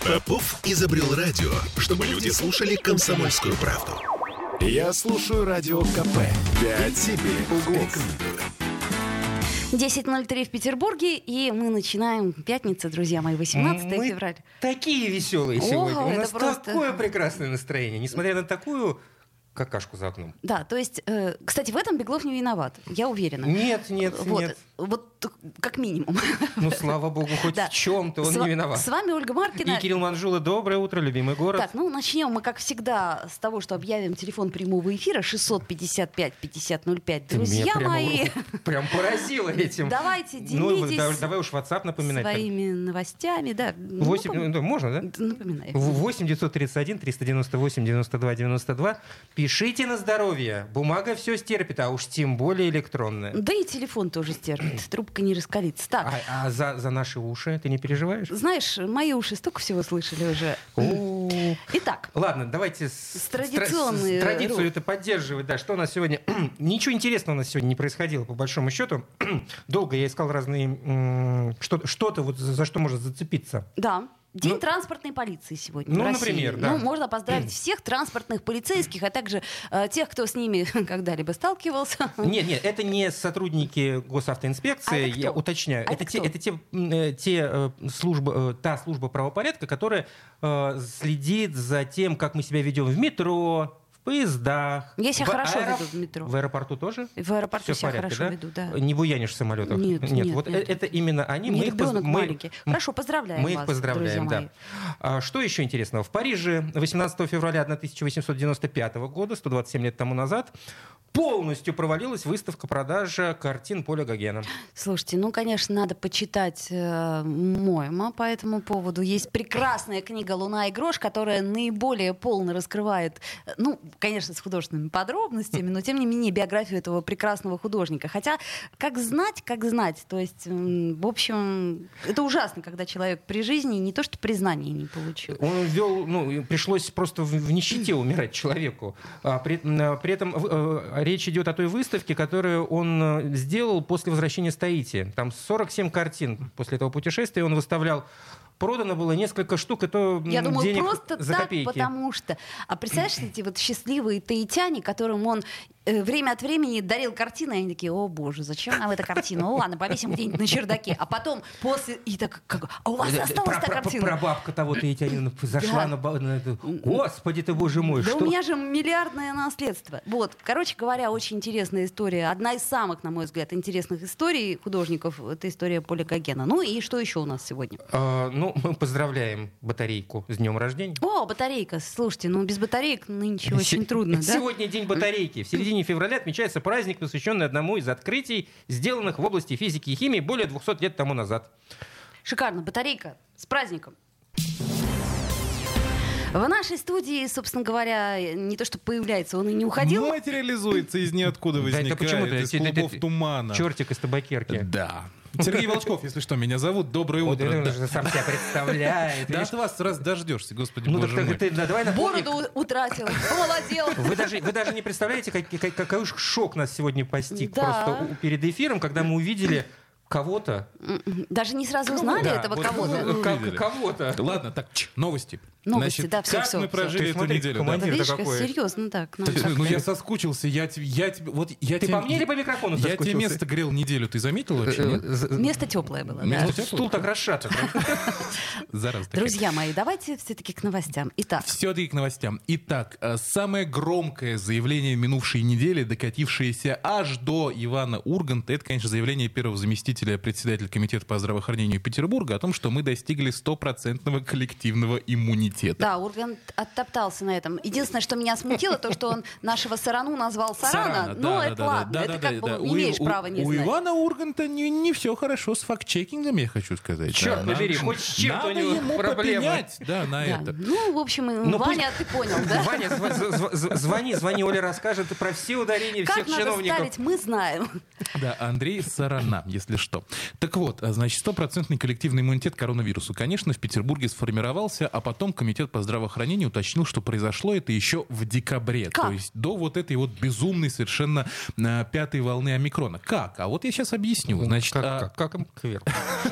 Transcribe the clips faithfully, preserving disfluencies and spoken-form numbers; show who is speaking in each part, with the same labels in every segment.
Speaker 1: Попов изобрел радио, чтобы люди слушали комсомольскую правду. Я слушаю Радио КП. Пять себе углов.
Speaker 2: десять ноль три в Петербурге, и мы начинаем. Пятница, друзья мои, восемнадцатое
Speaker 3: Мы
Speaker 2: февраля.
Speaker 3: Такие веселые
Speaker 2: О,
Speaker 3: сегодня. У
Speaker 2: это
Speaker 3: нас
Speaker 2: просто...
Speaker 3: такое прекрасное настроение, несмотря на такую какашку за окном.
Speaker 2: Да, то есть, э, кстати, в этом Беглов не виноват, я уверена.
Speaker 3: Нет, нет,
Speaker 2: вот,
Speaker 3: нет.
Speaker 2: Вот как минимум.
Speaker 3: Ну, слава богу, хоть
Speaker 2: Да.
Speaker 3: в чем-то он
Speaker 2: С,
Speaker 3: не виноват.
Speaker 2: С вами Ольга Маркина.
Speaker 3: И Кирилл Манжула. Доброе утро, любимый город.
Speaker 2: Так, ну начнем мы, как всегда, с того, что объявим телефон прямого эфира шестьсот пятьдесят пять пятьдесят ноль пять.
Speaker 3: Ты
Speaker 2: Друзья
Speaker 3: меня прямо
Speaker 2: мои,
Speaker 3: прям поразила этим.
Speaker 2: давайте
Speaker 3: Ну,
Speaker 2: делитесь
Speaker 3: да- давай уж WhatsApp напоминать.
Speaker 2: своими новостями. Да, ну,
Speaker 3: восемь,
Speaker 2: напом-
Speaker 3: ну, можно, да?
Speaker 2: Напоминаю.
Speaker 3: восемь девятьсот тридцать один триста девяносто восемь девяносто два девяносто два. Пишите на здоровье. Бумага все стерпит, а уж тем более электронная.
Speaker 2: Да и телефон тоже стерпит, трубка не раскалится. Так,
Speaker 3: А, а за, за наши уши ты не переживаешь?
Speaker 2: знаешь, мои уши столько всего слышали уже.
Speaker 3: О.
Speaker 2: Итак,
Speaker 3: Ладно, давайте с,
Speaker 2: С традиционной
Speaker 3: с- традицию
Speaker 2: ру-
Speaker 3: это поддерживать. Да, что у нас сегодня? Ничего интересного у нас сегодня не происходило, по большому счету. Долго я искал разные м, что, что-то, вот за, за что можно зацепиться.
Speaker 2: да. День
Speaker 3: Ну,
Speaker 2: транспортной полиции сегодня
Speaker 3: ну,
Speaker 2: в России.
Speaker 3: например, да.
Speaker 2: Ну, можно поздравить всех транспортных полицейских, а также э, тех, кто с ними когда-либо сталкивался.
Speaker 3: Нет, нет, это не сотрудники госавтоинспекции,
Speaker 2: А это
Speaker 3: я
Speaker 2: кто?
Speaker 3: уточняю.
Speaker 2: А
Speaker 3: это,
Speaker 2: это
Speaker 3: те,
Speaker 2: кто?
Speaker 3: это те, м, э, те э, службы, э, та служба правопорядка, которая э, следит за тем, как мы себя ведем в метро, в поездах.
Speaker 2: Я себя
Speaker 3: в
Speaker 2: хорошо
Speaker 3: аэро-
Speaker 2: веду в метро.
Speaker 3: В аэропорту тоже?
Speaker 2: В аэропорту
Speaker 3: Всё в
Speaker 2: себя
Speaker 3: порядке,
Speaker 2: хорошо
Speaker 3: да?
Speaker 2: веду, да.
Speaker 3: Не буянишь в самолетах?
Speaker 2: Нет, нет,
Speaker 3: вот
Speaker 2: нет.
Speaker 3: э- это именно они.
Speaker 2: Не
Speaker 3: мы их поз-
Speaker 2: ребенок
Speaker 3: мы-
Speaker 2: маленький. Хорошо, поздравляем
Speaker 3: Мы их
Speaker 2: вас,
Speaker 3: поздравляем,
Speaker 2: друзья
Speaker 3: да.
Speaker 2: мои.
Speaker 3: А, что еще интересного? В Париже восемнадцатого февраля тысяча восемьсот девяносто пятого года, сто двадцать семь лет тому назад, полностью провалилась выставка-продажа картин Поля Гогена.
Speaker 2: Слушайте, ну, конечно, надо почитать э, Мойма по этому поводу. Есть прекрасная книга «Луна и грош», которая наиболее полно раскрывает, э, ну, конечно, с художественными подробностями, но, тем не менее, биографию этого прекрасного художника. Хотя, как знать, как знать. То есть, м, в общем, это ужасно, когда человек при жизни не то что признания не получил.
Speaker 3: Он вел, ну, и пришлось просто в, в нищете умирать человеку. А при, м, при этом э, речь идет о той выставке, которую он э, сделал после возвращения с Таити. Там сорок семь картин после этого путешествия он выставлял. Продано было несколько штук, и то м,
Speaker 2: Я думаю,
Speaker 3: денег
Speaker 2: просто
Speaker 3: за
Speaker 2: так,
Speaker 3: копейки.
Speaker 2: потому что... А представляешь, эти вот счастливые таитяне, которым он э, время от времени дарил картины, и они такие: о боже, зачем нам эта картина? Ну ладно, повесим где-нибудь на чердаке. А потом после... И так, как, а у вас
Speaker 3: Э,
Speaker 2: осталась та
Speaker 3: про- про-
Speaker 2: картина?
Speaker 3: Прабабка того таитянина зашла
Speaker 2: Да.
Speaker 3: на, ба- на это. Господи ты, боже мой,
Speaker 2: Да
Speaker 3: что...
Speaker 2: у меня же миллиардное наследство. Вот, короче говоря, очень интересная история. Одна из самых, на мой взгляд, интересных историй художников — это история Поля Гогена. Ну и что еще у нас сегодня?
Speaker 3: А, ну, мы поздравляем батарейку с днем рождения.
Speaker 2: О, батарейка. Слушайте, ну без батареек нынче очень трудно, да?
Speaker 3: Сегодня день батарейки. В середине февраля отмечается праздник, посвященный одному из открытий, сделанных в области физики и химии более двухсот лет тому назад.
Speaker 2: Шикарно. Батарейка. С праздником. В нашей студии, собственно говоря, не то что появляется, он и не уходил.
Speaker 4: Материализуется из ниоткуда,
Speaker 3: Да это
Speaker 4: возникает,
Speaker 3: почему-то
Speaker 4: из
Speaker 3: эти-
Speaker 4: клубов
Speaker 3: эти-
Speaker 4: тумана.
Speaker 3: Чертик из табакерки.
Speaker 4: Да. Сергей Волчков, если что, меня зовут. Доброе
Speaker 3: Вот
Speaker 4: утро.
Speaker 3: он
Speaker 4: Да.
Speaker 3: же сам себя представляет.
Speaker 4: Да
Speaker 3: видишь?
Speaker 4: от вас раз дождешься, господи,
Speaker 3: Ну
Speaker 4: боже
Speaker 3: так
Speaker 4: мой.
Speaker 3: ты, ты- да, давай напомни.
Speaker 2: Бороду утратил, помолодел.
Speaker 3: Вы даже, вы даже не представляете, как, как- какой уж шок нас сегодня постиг
Speaker 2: Да.
Speaker 3: просто у- перед эфиром, когда мы увидели кого-то.
Speaker 2: Даже не сразу узнали
Speaker 3: Да,
Speaker 2: этого
Speaker 3: вот,
Speaker 2: кого-то.
Speaker 3: ну, как-
Speaker 4: Увидели.
Speaker 3: кого-то.
Speaker 4: Ладно, так, ч, новости.
Speaker 2: Новости,
Speaker 4: Значит,
Speaker 2: да, всё,
Speaker 4: как
Speaker 2: всё,
Speaker 4: мы
Speaker 2: всё.
Speaker 4: прожили
Speaker 3: Ты
Speaker 4: эту
Speaker 3: смотри,
Speaker 4: неделю?
Speaker 3: командир.
Speaker 4: да.
Speaker 2: Видишь, как
Speaker 3: какое.
Speaker 2: серьезно так. Ну,
Speaker 4: Ты-
Speaker 2: как
Speaker 4: Ну,
Speaker 2: ты?
Speaker 4: я соскучился, я, те- я, тебе- вот, я
Speaker 3: Ты
Speaker 4: тебе-
Speaker 3: по мне или по микрофону
Speaker 4: Я тебе
Speaker 3: соскучился?
Speaker 4: место грел неделю, ты заметил вообще, нет?
Speaker 2: Место теплое было.
Speaker 4: Место
Speaker 2: да.
Speaker 4: теплое?
Speaker 3: Стул так расшатан.
Speaker 4: Зараза такая.
Speaker 2: Друзья мои, давайте все-таки к новостям. Итак,
Speaker 4: Все-таки к новостям. Итак, э, самое громкое заявление минувшей недели, докатившееся аж до Ивана Урганта, это, конечно, заявление первого заместителя председателя комитета по здравоохранению Петербурга о том, что мы достигли стопроцентного коллективного иммунитета.
Speaker 2: да, Ургант оттоптался на этом. Единственное, что меня смутило, то, что он нашего Сарану назвал Сарана.
Speaker 4: Сарана,
Speaker 2: Ну,
Speaker 4: да,
Speaker 2: это
Speaker 4: да,
Speaker 2: ладно,
Speaker 4: да,
Speaker 2: это
Speaker 4: да,
Speaker 2: как
Speaker 4: да,
Speaker 2: бы
Speaker 4: да.
Speaker 2: не
Speaker 4: У-
Speaker 2: имеешь
Speaker 4: у-
Speaker 2: права не
Speaker 4: У
Speaker 2: знать.
Speaker 4: Ивана Урганта не, не все хорошо с факт-чекингом, я хочу сказать.
Speaker 3: Черт
Speaker 4: Да,
Speaker 3: побери,
Speaker 4: надо-
Speaker 3: хоть с чем-то у
Speaker 4: надо
Speaker 3: него
Speaker 4: ему
Speaker 3: проблемы.
Speaker 4: попенять, да, на
Speaker 2: Да.
Speaker 4: это.
Speaker 2: Ну, в общем,
Speaker 3: Ну,
Speaker 2: Ваня, ты понял, да?
Speaker 3: Ваня, зв- зв- зв- звони, звони, Оля расскажет про все ударения
Speaker 2: Как
Speaker 3: всех
Speaker 2: надо
Speaker 3: чиновников.
Speaker 2: ставить, мы знаем.
Speaker 4: Да, Андрей Сарана, если что. Так вот, значит, стопроцентный коллективный иммунитет к коронавирусу, конечно, в Петербурге сформировался, а потом Комитет по здравоохранению уточнил, что произошло это еще в декабре.
Speaker 2: Как?
Speaker 4: То есть до вот этой вот безумной совершенно а, пятой волны омикрона. Как? А вот я сейчас объясню. Значит,
Speaker 3: Как,
Speaker 4: а,
Speaker 3: как, как им кверху?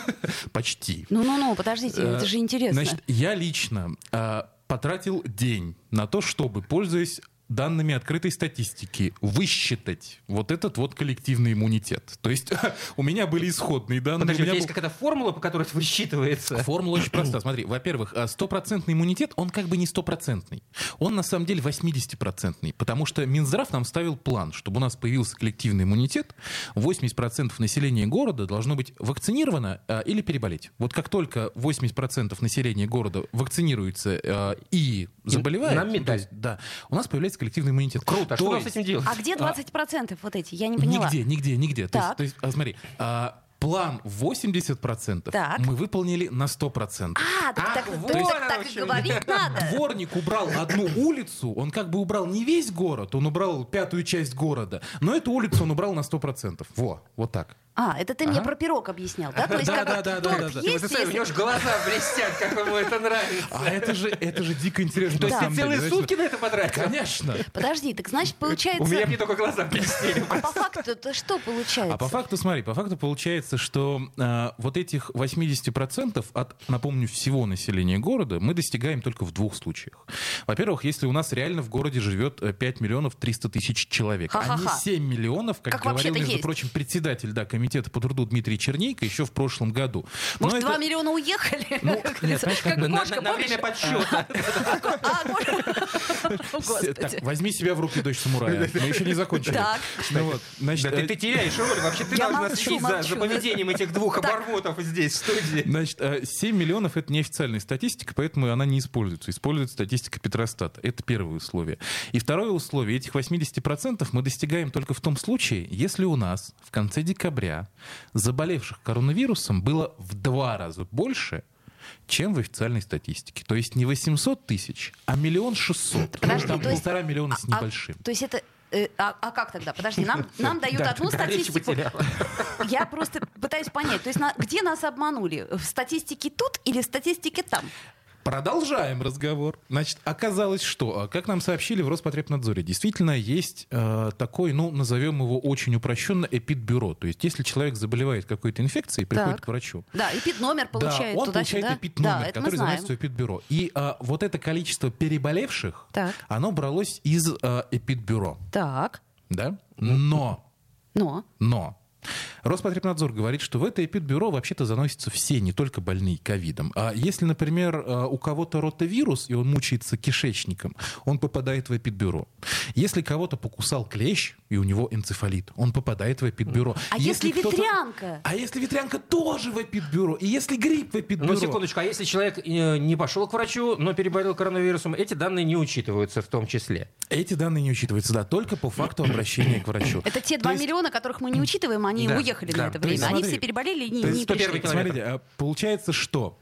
Speaker 4: почти.
Speaker 2: Ну-ну-ну, подождите, это же интересно.
Speaker 4: Значит, я лично а, потратил день на то, чтобы, пользуясь данными открытой статистики, высчитать вот этот вот коллективный иммунитет. То есть у меня были исходные данные.
Speaker 3: Подожди, у тебя
Speaker 4: был...
Speaker 3: есть какая-то формула, по которой это высчитывается?
Speaker 4: Формула очень проста. Смотри, во-первых, стопроцентный иммунитет, он как бы не стопроцентный. Он на самом деле восьмидесятипроцентный, потому что Минздрав нам ставил план, чтобы у нас появился коллективный иммунитет, восемьдесят процентов населения города должно быть вакцинировано а, или переболеть. Вот как только восемьдесят процентов населения города вакцинируется а, и заболевает,
Speaker 3: нам медаль.
Speaker 4: то есть, да, у нас появляется коллективный иммунитет.
Speaker 3: Круто, а что
Speaker 4: То
Speaker 3: нам с
Speaker 4: есть-
Speaker 3: этим делать?
Speaker 2: А где двадцать процентов вот эти? Я не поняла.
Speaker 4: Нигде, нигде, нигде. То есть,
Speaker 2: Так.
Speaker 4: то есть, а, смотри, а, план восемьдесят процентов
Speaker 2: Так.
Speaker 4: мы выполнили на сто процентов.
Speaker 2: А, так,
Speaker 3: Ах,
Speaker 2: так,
Speaker 3: вот
Speaker 2: так,
Speaker 3: оно
Speaker 2: так
Speaker 3: в
Speaker 2: и
Speaker 3: чем
Speaker 2: говорить надо.
Speaker 4: Дворник убрал одну улицу, он как бы убрал не весь город, он убрал пятую часть города, но эту улицу он убрал на сто процентов. Во, вот так.
Speaker 2: А, это ты мне
Speaker 3: Ага.
Speaker 2: про пирог объяснял, да? То есть
Speaker 4: Да,
Speaker 2: как
Speaker 4: да,
Speaker 2: вот
Speaker 4: да, да,
Speaker 2: торт
Speaker 4: да, да.
Speaker 3: Ты
Speaker 2: есть,
Speaker 3: вот смотри, у
Speaker 2: если-
Speaker 3: него же глаза блестят, как ему это нравится.
Speaker 4: А это же, это же дико интересно.
Speaker 3: То
Speaker 4: на
Speaker 3: есть ты
Speaker 4: самом
Speaker 3: целые
Speaker 4: деле,
Speaker 3: сутки
Speaker 4: знаешь,
Speaker 3: на это потратил?
Speaker 4: Конечно.
Speaker 2: Подожди, так значит,
Speaker 3: У меня
Speaker 2: получается...
Speaker 3: мне только глаза блестели.
Speaker 2: А по факту-то что получается?
Speaker 4: А по факту, смотри, по факту получается, что а, вот этих восемьдесят процентов от, напомню, всего населения города мы достигаем только в двух случаях. Во-первых, если у нас реально в городе живет э, пять миллионов триста тысяч человек, а не
Speaker 2: Ха-ха-ха.
Speaker 4: семь миллионов, как,
Speaker 2: Как
Speaker 4: говорил,
Speaker 2: вообще-то
Speaker 4: между
Speaker 2: есть.
Speaker 4: прочим, председатель да, комитета по труду Дмитрий Чернейко еще в прошлом году. Но
Speaker 2: Может,
Speaker 4: это-
Speaker 2: два миллиона уехали?
Speaker 4: Ну,
Speaker 2: Как
Speaker 3: Нет, понимаешь, как бы на,
Speaker 2: кошка,
Speaker 3: на- на
Speaker 2: помнишь?
Speaker 3: время подсчета.
Speaker 2: А, ко- О,
Speaker 4: С-
Speaker 2: Господи.
Speaker 4: так, возьми себя в руки, дочь самурая. Мы еще не закончили.
Speaker 2: Так.
Speaker 4: Ну вот, значит,
Speaker 3: Да ты,
Speaker 4: э,
Speaker 3: ты теряешь роль. Вообще ты
Speaker 2: Я
Speaker 3: должна
Speaker 2: молчу,
Speaker 3: следить за,
Speaker 2: молчу.
Speaker 3: за поведением этих двух обормотов здесь, в студии.
Speaker 4: Значит, э, семь миллионов — это неофициальная статистика, поэтому она не используется. Используется статистика Петростата. Это первое условие. И второе условие. Этих восемьдесят процентов мы достигаем только в том случае, если у нас в конце декабря заболевших коронавирусом было в два раза больше, чем в официальной статистике. То есть не восемьсот тысяч, а миллион шестьсот.
Speaker 2: Подожди,
Speaker 4: Там
Speaker 2: то есть-
Speaker 4: полтора миллиона с
Speaker 2: А-
Speaker 4: небольшим.
Speaker 2: То есть это... э, А, а как тогда? Подожди, нам, нам дают
Speaker 3: Да,
Speaker 2: одну
Speaker 3: да, речь
Speaker 2: статистику.
Speaker 3: потеряла.
Speaker 2: Я просто пытаюсь понять, то есть на- где нас обманули? В статистике тут или в статистике там?
Speaker 4: Продолжаем разговор. Значит, оказалось, что, а, как нам сообщили в Роспотребнадзоре, действительно есть э, такой, ну, назовем его очень упрощенно, эпидбюро. То есть, если человек заболевает какой-то инфекцией, приходит
Speaker 2: Так.
Speaker 4: к врачу.
Speaker 2: Да, эпид-номер получает
Speaker 4: да, он
Speaker 2: туда-сюда.
Speaker 4: получает эпид-номер,
Speaker 2: Да, это мы
Speaker 4: который
Speaker 2: знаем.
Speaker 4: занимается эпидбюро. И а, вот это количество переболевших,
Speaker 2: Так.
Speaker 4: оно бралось из а, эпидбюро.
Speaker 2: Так,
Speaker 4: Да? Но,
Speaker 2: но...
Speaker 4: но... Роспотребнадзор говорит, что в это эпидбюро вообще-то заносятся все, не только больные ковидом. А если, например, у кого-то ротавирус, и он мучается кишечником, он попадает в эпидбюро. Если кого-то покусал клещ, и у него энцефалит, он попадает в эпидбюро.
Speaker 2: А если
Speaker 4: кто-то-
Speaker 2: ветрянка?
Speaker 4: А если ветрянка тоже в эпидбюро? И если грипп в эпидбюро?
Speaker 3: Ну, секундочку, а если человек э, не пошел к врачу, но переболел коронавирусом, эти данные не учитываются в том числе?
Speaker 4: Эти данные не учитываются, да, только по факту обращения к врачу.
Speaker 2: Это те
Speaker 4: То
Speaker 2: два
Speaker 4: есть-
Speaker 2: миллиона, которых мы не учитываем, они
Speaker 3: Да,
Speaker 2: уехали
Speaker 3: да.
Speaker 2: на это
Speaker 3: То есть
Speaker 2: время. Они
Speaker 4: смотри,
Speaker 2: все переболели и не,
Speaker 4: То есть
Speaker 2: не
Speaker 3: сто первый
Speaker 2: пришли.
Speaker 3: километр.
Speaker 4: Смотрите, а, получается, что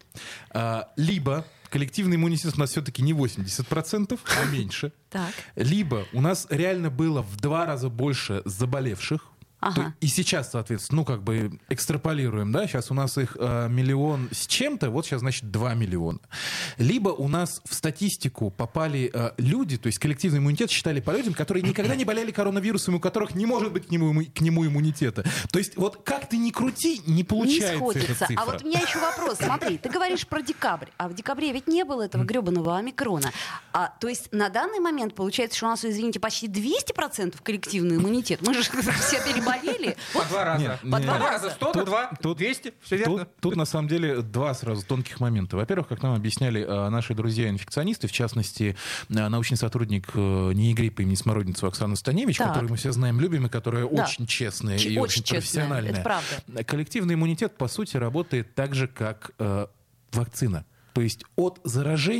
Speaker 4: а, либо коллективный иммунитет у нас все-таки не восемьдесят процентов, а меньше,
Speaker 2: Так.
Speaker 4: либо у нас реально было в два раза больше заболевших.
Speaker 2: Ага.
Speaker 4: То- и сейчас, соответственно, ну как бы экстраполируем, да, сейчас у нас их э, миллион с чем-то, вот сейчас, значит, два миллиона. Либо у нас в статистику попали э, люди, то есть коллективный иммунитет считали по людям, которые никогда не болели коронавирусом, у которых не может быть к нему, имму- к нему иммунитета. То есть вот как ты ни крути, не
Speaker 2: Не
Speaker 4: получается эта
Speaker 2: сходится.
Speaker 4: цифра.
Speaker 2: А вот у меня еще вопрос. Смотри, ты говоришь про декабрь, а в декабре ведь не было этого гребаного омикрона. А, то есть на данный момент получается, что у нас, извините, почти двести процентов коллективный иммунитет. Мы же все переболели.
Speaker 3: По два раза.
Speaker 4: Нет,
Speaker 3: По
Speaker 4: нет.
Speaker 3: два раза. сто,
Speaker 4: Тут-
Speaker 3: два,
Speaker 4: тут-
Speaker 3: двести. Все верно.
Speaker 4: Тут, тут на самом деле два сразу тонких момента. Во-первых, как нам объясняли э, наши друзья-инфекционисты, в частности, э, научный сотрудник э, НИИ гриппа имени Смородницу Оксана Станевич,
Speaker 2: Так.
Speaker 4: которую мы все знаем, любим, и которая
Speaker 2: Да.
Speaker 4: очень честная
Speaker 2: Ч-
Speaker 4: и
Speaker 2: очень
Speaker 4: очень
Speaker 2: честная,
Speaker 4: профессиональная.
Speaker 2: это правда.
Speaker 4: Коллективный иммунитет, по сути, работает так же, как э, вакцина. То есть от заражения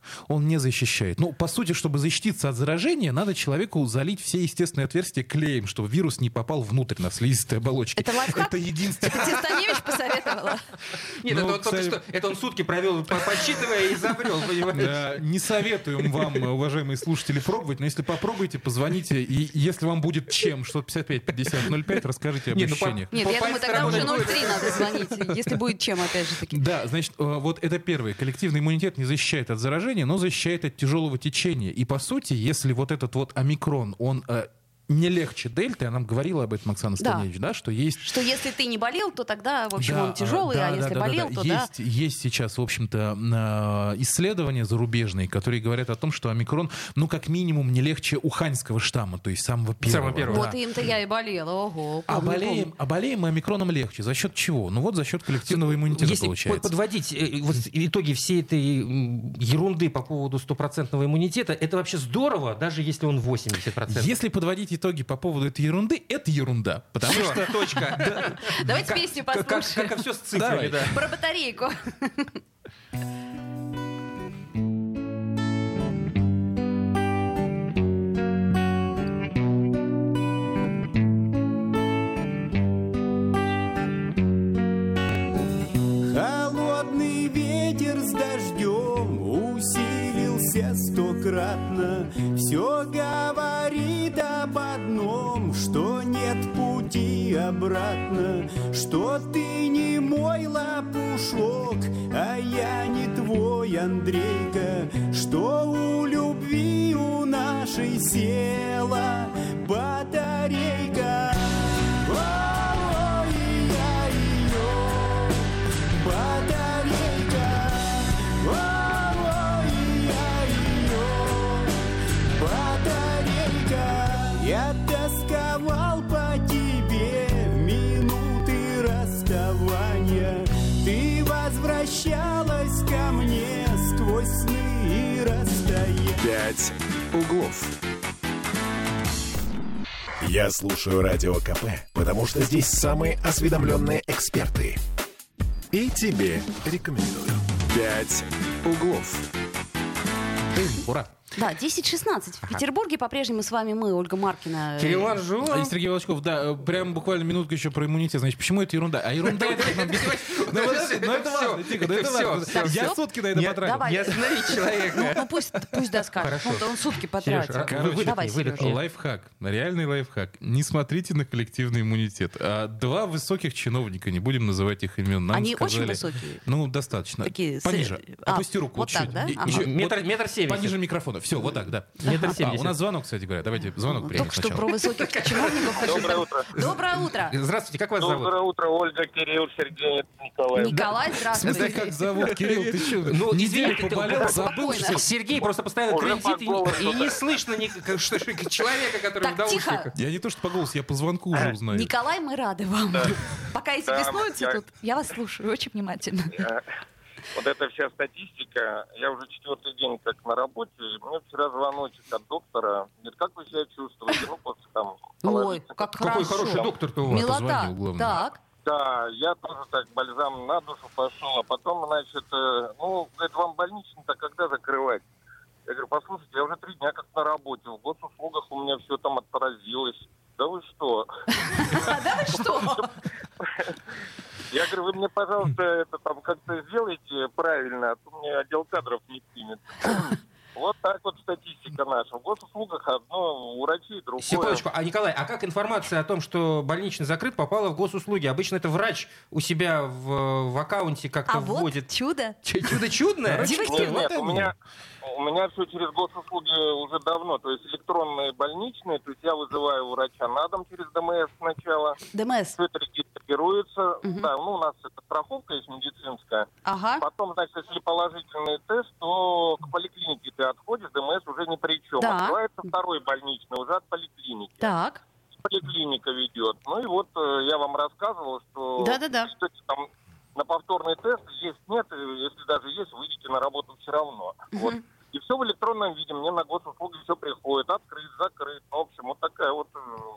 Speaker 4: Он не защищает. Ну, по сути, чтобы защититься от заражения, надо человеку залить все естественные отверстия клеем, чтобы вирус не попал внутрь на слизистой оболочке.
Speaker 2: Это лайфхак?
Speaker 4: Это единственное.
Speaker 2: Это тебе Станевич посоветовала?
Speaker 3: Нет,
Speaker 4: Ну,
Speaker 3: это, он только
Speaker 4: кстати-
Speaker 3: что, это он сутки провел, по- подсчитывая и изобрел, понимаешь?
Speaker 4: Да, не советуем вам, уважаемые слушатели, пробовать, но если попробуете, позвоните, и если вам будет чем, что пятьдесят пять пятьдесят ноль пять, расскажите об
Speaker 3: Не, ну, по-
Speaker 4: ощущениях.
Speaker 2: Нет,
Speaker 3: По
Speaker 2: я думаю,
Speaker 3: пальцам
Speaker 2: тогда уже
Speaker 3: работает.
Speaker 2: ноль три надо звонить, если будет чем, опять же таки.
Speaker 4: Да, значит, э, вот это первое. Коллективный иммунитет не защищает от заражения, но защищает от тяжелого течения. И по сути, если вот этот вот омикрон, он э, не легче дельты, а нам говорила об этом Оксана
Speaker 2: Да.
Speaker 4: Станевич, да, что есть...
Speaker 2: Что если ты не болел, то тогда, в общем,
Speaker 4: Да,
Speaker 2: он тяжелый,
Speaker 4: да,
Speaker 2: а
Speaker 4: да,
Speaker 2: если
Speaker 4: да, да,
Speaker 2: болел,
Speaker 4: да.
Speaker 2: то да.
Speaker 4: есть, есть сейчас, в общем-то, э, исследования зарубежные, которые говорят о том, что омикрон, ну, как минимум, не легче уханьского штамма, то есть самого первого.
Speaker 3: Самого первого.
Speaker 2: Вот им-то я и болела, ого.
Speaker 4: А
Speaker 2: помню,
Speaker 4: болеем,
Speaker 2: помню.
Speaker 4: а болеем мы омикроном легче. За счет чего? Ну вот за счет коллективного иммунитета
Speaker 3: Если
Speaker 4: получается.
Speaker 3: подводить э, вот итоги всей этой м, ерунды по поводу стопроцентного иммунитета, это вообще здорово, даже если он восемьдесят процентов.
Speaker 4: Если подводить итоги по поводу этой ерунды, это ерунда. Потому
Speaker 3: Всё,
Speaker 4: что
Speaker 3: точка.
Speaker 2: Давайте
Speaker 3: Как-
Speaker 2: песню
Speaker 3: как- как-
Speaker 2: послушаем.
Speaker 3: Как все с цифрами,
Speaker 4: Давай.
Speaker 3: да.
Speaker 2: Про батарейку.
Speaker 5: Холодный ветер с дождем усилился стократно. Все говорит об одном, что нет пути обратно, что ты не мой лопушок, а я не твой Андрейка, что у любви у нашей села батарейка. Ой, я ее батарейка, ой, я ее батарейка. Я тосковал по тебе в минуты расставания. Ты возвращалась ко мне сквозь сны и расстояния.
Speaker 1: «Пять углов». Я слушаю Радио КП, потому что здесь самые осведомленные эксперты. И тебе рекомендую. «Пять углов».
Speaker 4: Ура!
Speaker 2: Да, десять шестнадцать. В Петербурге по-прежнему с вами мы, Ольга Маркина.
Speaker 3: Кирилл
Speaker 4: А
Speaker 3: Манжула.
Speaker 4: и Сергей Волчков, да, прям буквально минутку еще про иммунитет. Значит, почему это ерунда? А ерунда... Ну подожди, ну это важно, Тихо, ну это важно. Я сутки на это потратил.
Speaker 2: Давай.
Speaker 3: Не остановить
Speaker 2: Ну,
Speaker 3: человека.
Speaker 2: ну пусть, пусть доскажет.
Speaker 3: Хорошо.
Speaker 2: Ну, он сутки
Speaker 3: Сереж,
Speaker 2: потратил.
Speaker 3: а-
Speaker 4: Короче,
Speaker 3: выдохни,
Speaker 2: давай,
Speaker 3: выдохни.
Speaker 2: Сережа.
Speaker 4: Лайфхак, реальный лайфхак. Не смотрите на коллективный иммунитет. А два высоких чиновника, не будем называть их имен, нам
Speaker 2: Они
Speaker 4: сказали...
Speaker 2: очень высокие.
Speaker 4: Ну, достатно.
Speaker 2: Такие
Speaker 4: Пониже.
Speaker 2: с- а,
Speaker 4: Опусти руку.
Speaker 2: вот так,
Speaker 4: чуть-чуть.
Speaker 2: да?
Speaker 4: И-
Speaker 2: Ага.
Speaker 4: еще
Speaker 3: Метр,
Speaker 4: вот
Speaker 3: метр семьдесят.
Speaker 4: Пониже микрофона. Все, вот так, да.
Speaker 3: Метр
Speaker 4: А,
Speaker 3: семьдесят.
Speaker 4: у нас звонок, кстати говоря. Давайте звонок примем
Speaker 2: Только что
Speaker 4: сначала.
Speaker 2: про высоких чиновников хочу.
Speaker 6: Доброе утро.
Speaker 2: Доброе утро.
Speaker 3: Здравствуйте, как вас зовут?
Speaker 6: Доброе утро, Ольга, Кирилл, Сергей, Николай.
Speaker 2: Николай,
Speaker 4: В смысле,
Speaker 2: здравствуйте.
Speaker 4: как зовут? Кирилл, ты что?
Speaker 3: Ну,
Speaker 4: неделю
Speaker 3: извините,
Speaker 4: поболел,
Speaker 3: ты-
Speaker 4: забыл,
Speaker 2: спокойно.
Speaker 4: что...
Speaker 3: Сергей просто постоянно
Speaker 6: Уже
Speaker 3: трендит,
Speaker 6: по
Speaker 3: и,
Speaker 6: голосу,
Speaker 3: и не
Speaker 6: да.
Speaker 3: слышно ни- как- что- что- человека, который
Speaker 2: Так,
Speaker 3: в наушниках.
Speaker 2: тихо.
Speaker 4: Я не то, что по голосу, я по звонку уже узнаю.
Speaker 2: Николай, мы рады вам. Пока эти
Speaker 6: Да,
Speaker 2: беснуются
Speaker 6: я-
Speaker 2: тут, я вас слушаю очень внимательно.
Speaker 6: Э, Вот эта вся статистика, я уже четвертый день как на работе, и мне вчера звоночек от доктора, говорит, как вы себя чувствуете? Ну, после там...
Speaker 2: Ой,
Speaker 6: положительных-
Speaker 2: как
Speaker 3: Какой
Speaker 2: хорошо.
Speaker 3: хороший доктор-то у вас.
Speaker 2: Милота.
Speaker 4: позвонил, главное.
Speaker 2: Так.
Speaker 6: Да, я тоже так бальзам на душу пошел, а потом, значит, э, ну, говорит, вам больничный-то когда закрывать? Я говорю, послушайте, я уже три дня как на работе, в госуслугах у меня все там отразилось. Да вы что?
Speaker 2: Да вы что?
Speaker 6: Я говорю, вы мне, пожалуйста, это там как-то сделайте правильно, а то мне отдел кадров не примет. Вот так вот статистика наша. В госуслугах одно, у врачей другое.
Speaker 3: Секундочку, а Николай, а как информация о том, что больничный закрыт, попала в госуслуги? Обычно это врач у себя в, в аккаунте как-то
Speaker 2: А вот
Speaker 3: вводит.
Speaker 2: чудо.
Speaker 3: Ч- Чудо чудное?
Speaker 2: Девочки,
Speaker 6: Нет,
Speaker 4: Вот
Speaker 6: нет,
Speaker 4: это
Speaker 6: у меня, у меня все через госуслуги уже давно, то есть электронные больничные, то есть я вызываю врача на дом через ДМС сначала,
Speaker 2: ДМС.
Speaker 6: все это регистрируется,
Speaker 2: Мгм.
Speaker 6: да, ну у нас это страховка есть медицинская,
Speaker 2: Ага.
Speaker 6: потом, значит, если положительный тест, то к поликлинике ты отходишь, ДМС уже ни при чем,
Speaker 2: Да.
Speaker 6: открывается второй больничный уже от поликлиники.
Speaker 2: Так.
Speaker 6: Поликлиника ведет. Ну и вот э, я вам рассказывал, что
Speaker 2: Да-да-да.
Speaker 6: что-то там на повторный тест есть, нет, и если даже есть, выйдете на работу все равно. Вот. И все в электронном виде, мне на госуслуги все приходит, открыт, закрыт, в общем, вот такая вот, э, так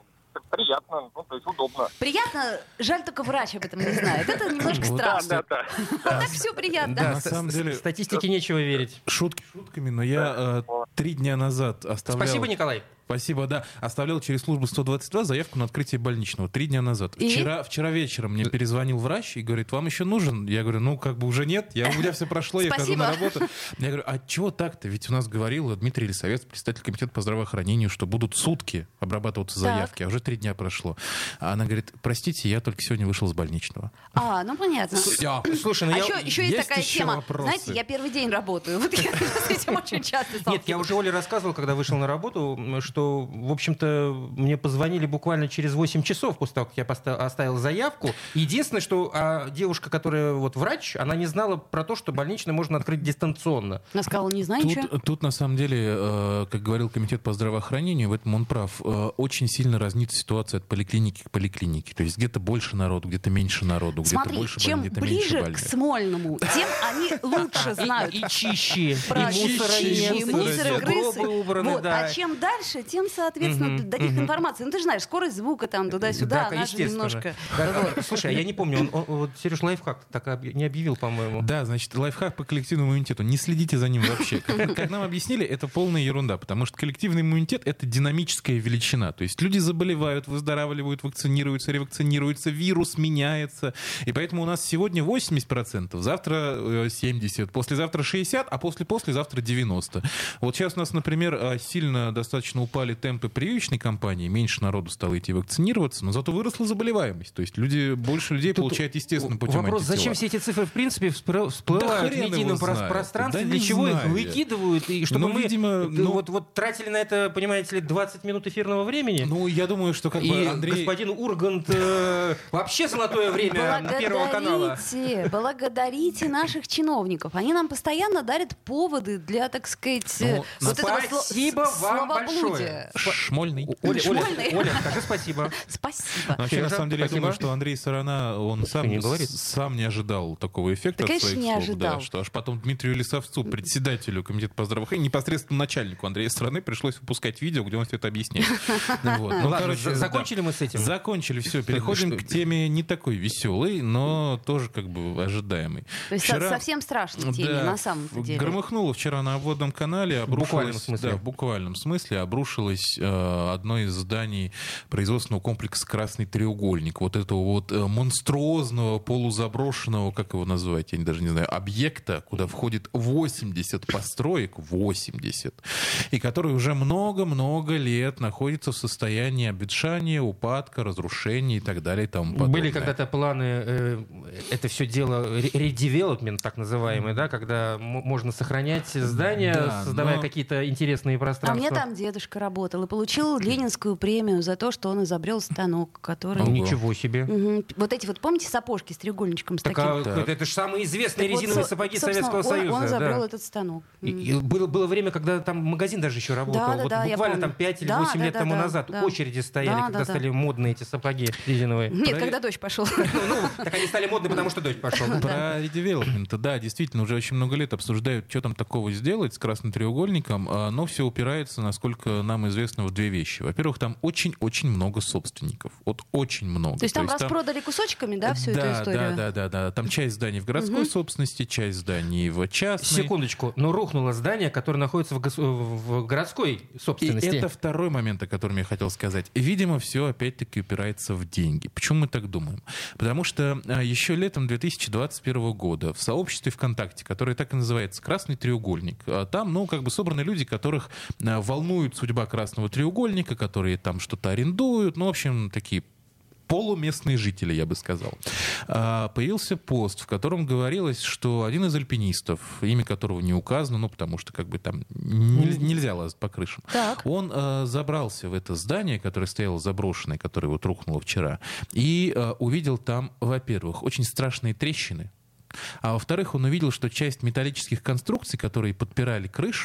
Speaker 6: приятно, ну, то есть удобно.
Speaker 2: Приятно, жаль, только врач об этом не знает. Это немножко
Speaker 6: Да,
Speaker 2: страшно.
Speaker 6: да, да.
Speaker 2: А так все приятно.
Speaker 3: Да,
Speaker 4: на
Speaker 3: ст-
Speaker 4: самом деле-
Speaker 3: статистике нечего верить.
Speaker 4: Шутки шутками, но я э, три дня назад оставлял...
Speaker 3: Спасибо, Николай.
Speaker 4: Спасибо, да. Оставлял через службу сто двадцать два заявку на открытие больничного три дня назад.
Speaker 2: И?
Speaker 4: Вчера, вчера вечером мне перезвонил врач и говорит, вам еще нужен? Я говорю, ну, как бы уже нет. Я, у меня все прошло, я хожу на работу. Я говорю, а чего так-то? Ведь у нас говорил Дмитрий Елисавец, председатель комитета по здравоохранению, что будут сутки обрабатываться
Speaker 2: Так.
Speaker 4: заявки, а уже три дня прошло. А она говорит, простите, я только сегодня вышел с больничного.
Speaker 2: А, ну понятно.
Speaker 4: Все.
Speaker 3: Слушай, ну
Speaker 2: А
Speaker 3: я...
Speaker 2: еще, еще есть,
Speaker 4: есть
Speaker 2: такая
Speaker 4: еще
Speaker 2: тема.
Speaker 4: вопросы?
Speaker 2: Знаете, я первый день работаю. Вот я с этим очень часто
Speaker 3: Нет,
Speaker 2: сталкиваюсь.
Speaker 3: я уже Оле рассказывал, когда вышел на работу, что, в общем-то, мне позвонили буквально через восемь часов после того, как я поста- оставил заявку. Единственное, что а, девушка, которая вот врач, она не знала про то, что больничный можно открыть дистанционно.
Speaker 2: Она сказала, не знаю ничего.
Speaker 4: Тут, тут, на самом деле, э, как говорил комитет по здравоохранению, в этом он прав, э, очень сильно разнится ситуация от поликлиники к поликлинике. То есть где-то больше народу, где-то меньше народу, где-то
Speaker 2: Смотри,
Speaker 4: больше
Speaker 2: чем
Speaker 4: больных, где-то меньше
Speaker 2: ближе к
Speaker 4: больных.
Speaker 2: Смольному, тем они лучше знают.
Speaker 3: И чище,
Speaker 2: Про
Speaker 3: и мусора
Speaker 2: чище,
Speaker 3: нет,
Speaker 2: мусоры,
Speaker 3: и
Speaker 2: крысы.
Speaker 3: сугробы убраны,
Speaker 2: Вот.
Speaker 3: да.
Speaker 2: А чем дальше, тем, соответственно,
Speaker 3: Мгм,
Speaker 2: до таких
Speaker 3: мгм.
Speaker 2: информаций. Ну, ты же знаешь, скорость звука там туда-сюда,
Speaker 3: Да,
Speaker 2: она же
Speaker 3: естественно.
Speaker 2: немножко...
Speaker 3: Да,
Speaker 2: Вот.
Speaker 3: Слушай, а я не помню, он, он- вот Сереж Лайфхак так объ- не объявил, по-моему.
Speaker 4: Да, значит, лайфхак по коллективному иммунитету. Не следите за ним вообще. Как, как нам объяснили, это полная ерунда, потому что коллективный иммунитет — это динамическая величина. То есть люди заболевают, выздоравливают, вакцинируются, ревакцинируются, вирус меняется. И поэтому у нас сегодня восемьдесят процентов, завтра э, семьдесят процентов, послезавтра шестьдесят процентов, а после-послезавтра девяносто процентов. Вот сейчас у нас, например, э, сильно достаточно упали темпы прививочной кампании, меньше народу стало идти вакцинироваться, но зато выросла заболеваемость. То есть люди, больше людей
Speaker 3: Тут
Speaker 4: получают естественным путем
Speaker 3: Вопрос,
Speaker 4: антитела.
Speaker 3: зачем все эти цифры, в принципе, вспро-
Speaker 4: Да
Speaker 3: всплывают
Speaker 4: хрен
Speaker 3: в медийном
Speaker 4: его
Speaker 3: прос-
Speaker 4: знает.
Speaker 3: пространстве,
Speaker 4: Да
Speaker 3: для
Speaker 4: не
Speaker 3: чего их
Speaker 4: знаю я.
Speaker 3: выкидывают, и чтобы
Speaker 4: Ну,
Speaker 3: мы
Speaker 4: видимо,
Speaker 3: э,
Speaker 4: ну-
Speaker 3: вот, вот тратили на это, понимаете ли, двадцать минут эфирного времени?
Speaker 4: Ну, я думаю, что как
Speaker 3: И
Speaker 4: бы Андрей...
Speaker 3: господин Ургант э, вообще золотое время Первого канала.
Speaker 2: Благодарите, благодарите наших чиновников. Они нам постоянно дарят поводы для, так сказать,
Speaker 4: Ну,
Speaker 2: вот этого сло-
Speaker 3: спасибо
Speaker 2: с-
Speaker 3: вам
Speaker 2: словоблудия.
Speaker 3: большое.
Speaker 4: Шмольный.
Speaker 3: Оля, Оля,
Speaker 2: Шмольный.
Speaker 3: Оля, скажи спасибо.
Speaker 2: Спасибо.
Speaker 4: Вообще,
Speaker 3: Сережа,
Speaker 4: на самом деле, я
Speaker 3: спасибо.
Speaker 4: думаю, что Андрей Сарана, он сам
Speaker 3: не говорит.
Speaker 4: с- сам не ожидал такого эффекта
Speaker 2: Да,
Speaker 4: от
Speaker 2: конечно,
Speaker 4: своих
Speaker 2: не
Speaker 4: слов.
Speaker 2: ожидал.
Speaker 4: Да, что аж потом Дмитрию Лисовцу, председателю комитета по здравоохранению, непосредственно начальнику Андрея Сараны, пришлось выпускать видео, где он все это объясняет. Вот.
Speaker 3: Ну
Speaker 4: Ну,
Speaker 3: ладно,
Speaker 4: короче,
Speaker 3: за-
Speaker 4: да.
Speaker 3: закончили мы с этим?
Speaker 4: Закончили, все. Переходим к теме не такой веселой, но тоже как бы ожидаемой.
Speaker 2: То есть
Speaker 4: Вчера-
Speaker 2: со- совсем страшной теме,
Speaker 4: Да,
Speaker 2: на самом-то деле.
Speaker 4: громыхнуло вчера на обводном канале,
Speaker 3: В буквальном
Speaker 4: обрушилось,
Speaker 3: смысле.
Speaker 4: да, в буквальном смысле обрушилось э, одно из зданий производственного комплекса «Красный треугольник». Вот этого вот э, монструозного, полузаброшенного, как его называть, я даже не знаю, объекта, куда входит восемьдесят построек, восемьдесят, и который уже много-много лет находится в состоянии обветшания, упадка, разрушения и так далее и тому подобное.
Speaker 3: Были когда-то планы, э, это все дело, редевелопмент так называемый, да, когда м- можно сохранять здания,
Speaker 4: Да,
Speaker 3: создавая
Speaker 4: но-
Speaker 3: какие-то интересные
Speaker 2: А
Speaker 3: пространства.
Speaker 2: мне там дедушка работал и получил Ленинскую премию за то, что он изобрел станок, который...
Speaker 4: Ого.
Speaker 3: Ничего себе.
Speaker 2: Мгм. Вот эти вот, помните, сапожки с треугольничком с
Speaker 3: Так,
Speaker 2: таким?
Speaker 3: а,
Speaker 4: Так.
Speaker 3: это же самые известные
Speaker 2: Так вот,
Speaker 3: резиновые
Speaker 2: со-
Speaker 3: сапоги
Speaker 2: собственно,
Speaker 3: Советского
Speaker 2: он-
Speaker 3: Союза.
Speaker 2: Он
Speaker 3: да.
Speaker 2: изобрел этот станок.
Speaker 3: И- и было, было время, когда там магазин даже еще работал.
Speaker 2: Да, да,
Speaker 3: вот
Speaker 2: да, я
Speaker 3: буквально
Speaker 2: помню.
Speaker 3: там пять или
Speaker 2: Да,
Speaker 3: восемь
Speaker 2: да,
Speaker 3: лет
Speaker 2: да,
Speaker 3: тому
Speaker 2: да,
Speaker 3: назад
Speaker 2: да.
Speaker 3: очереди стояли,
Speaker 2: Да,
Speaker 3: когда
Speaker 2: да, да.
Speaker 3: стали модные эти сапоги резиновые.
Speaker 2: Нет,
Speaker 4: Про-
Speaker 2: когда дождь пошел.
Speaker 3: Ну, так они стали модные, потому что дождь пошел.
Speaker 4: Про редевелопмент, да, действительно, уже очень много лет обсуждают, что там такого сделать с красным треугольником, а, но все упирается, насколько нам известно, в две вещи. Во-первых, там очень-очень много собственников. Вот очень много.
Speaker 2: То есть там распродали кусочками, да, всю
Speaker 4: да,
Speaker 2: эту историю?
Speaker 4: Да, да, да, да. Там часть зданий в городской собственности, часть зданий в частной.
Speaker 3: Секундочку, но рухнуло здание, которое находится в, гос- в городской
Speaker 4: И
Speaker 3: собственности.
Speaker 4: это второй момент, о котором я хотел сказать. Видимо, все опять-таки упирается в деньги. Почему мы так думаем? Потому что а, еще летом две тысячи двадцать первого года в сообществе ВКонтакте, которое так и называется «Красный треугольник», а, там, ну, как бы собраны люди, которых а, волнует судьба Красного треугольника, которые там что-то арендуют, ну, в общем, такие полуместные жители, я бы сказал. А, Появился пост, в котором говорилось, что один из альпинистов, имя которого не указано, ну, потому что как бы там нель- нельзя лазать по крышам,
Speaker 2: Так.
Speaker 4: он а, забрался в это здание, которое стояло заброшенное, которое вот рухнуло вчера, и а, увидел там, во-первых, очень страшные трещины, а во-вторых, он увидел, что часть металлических конструкций, которые подпирали крышу,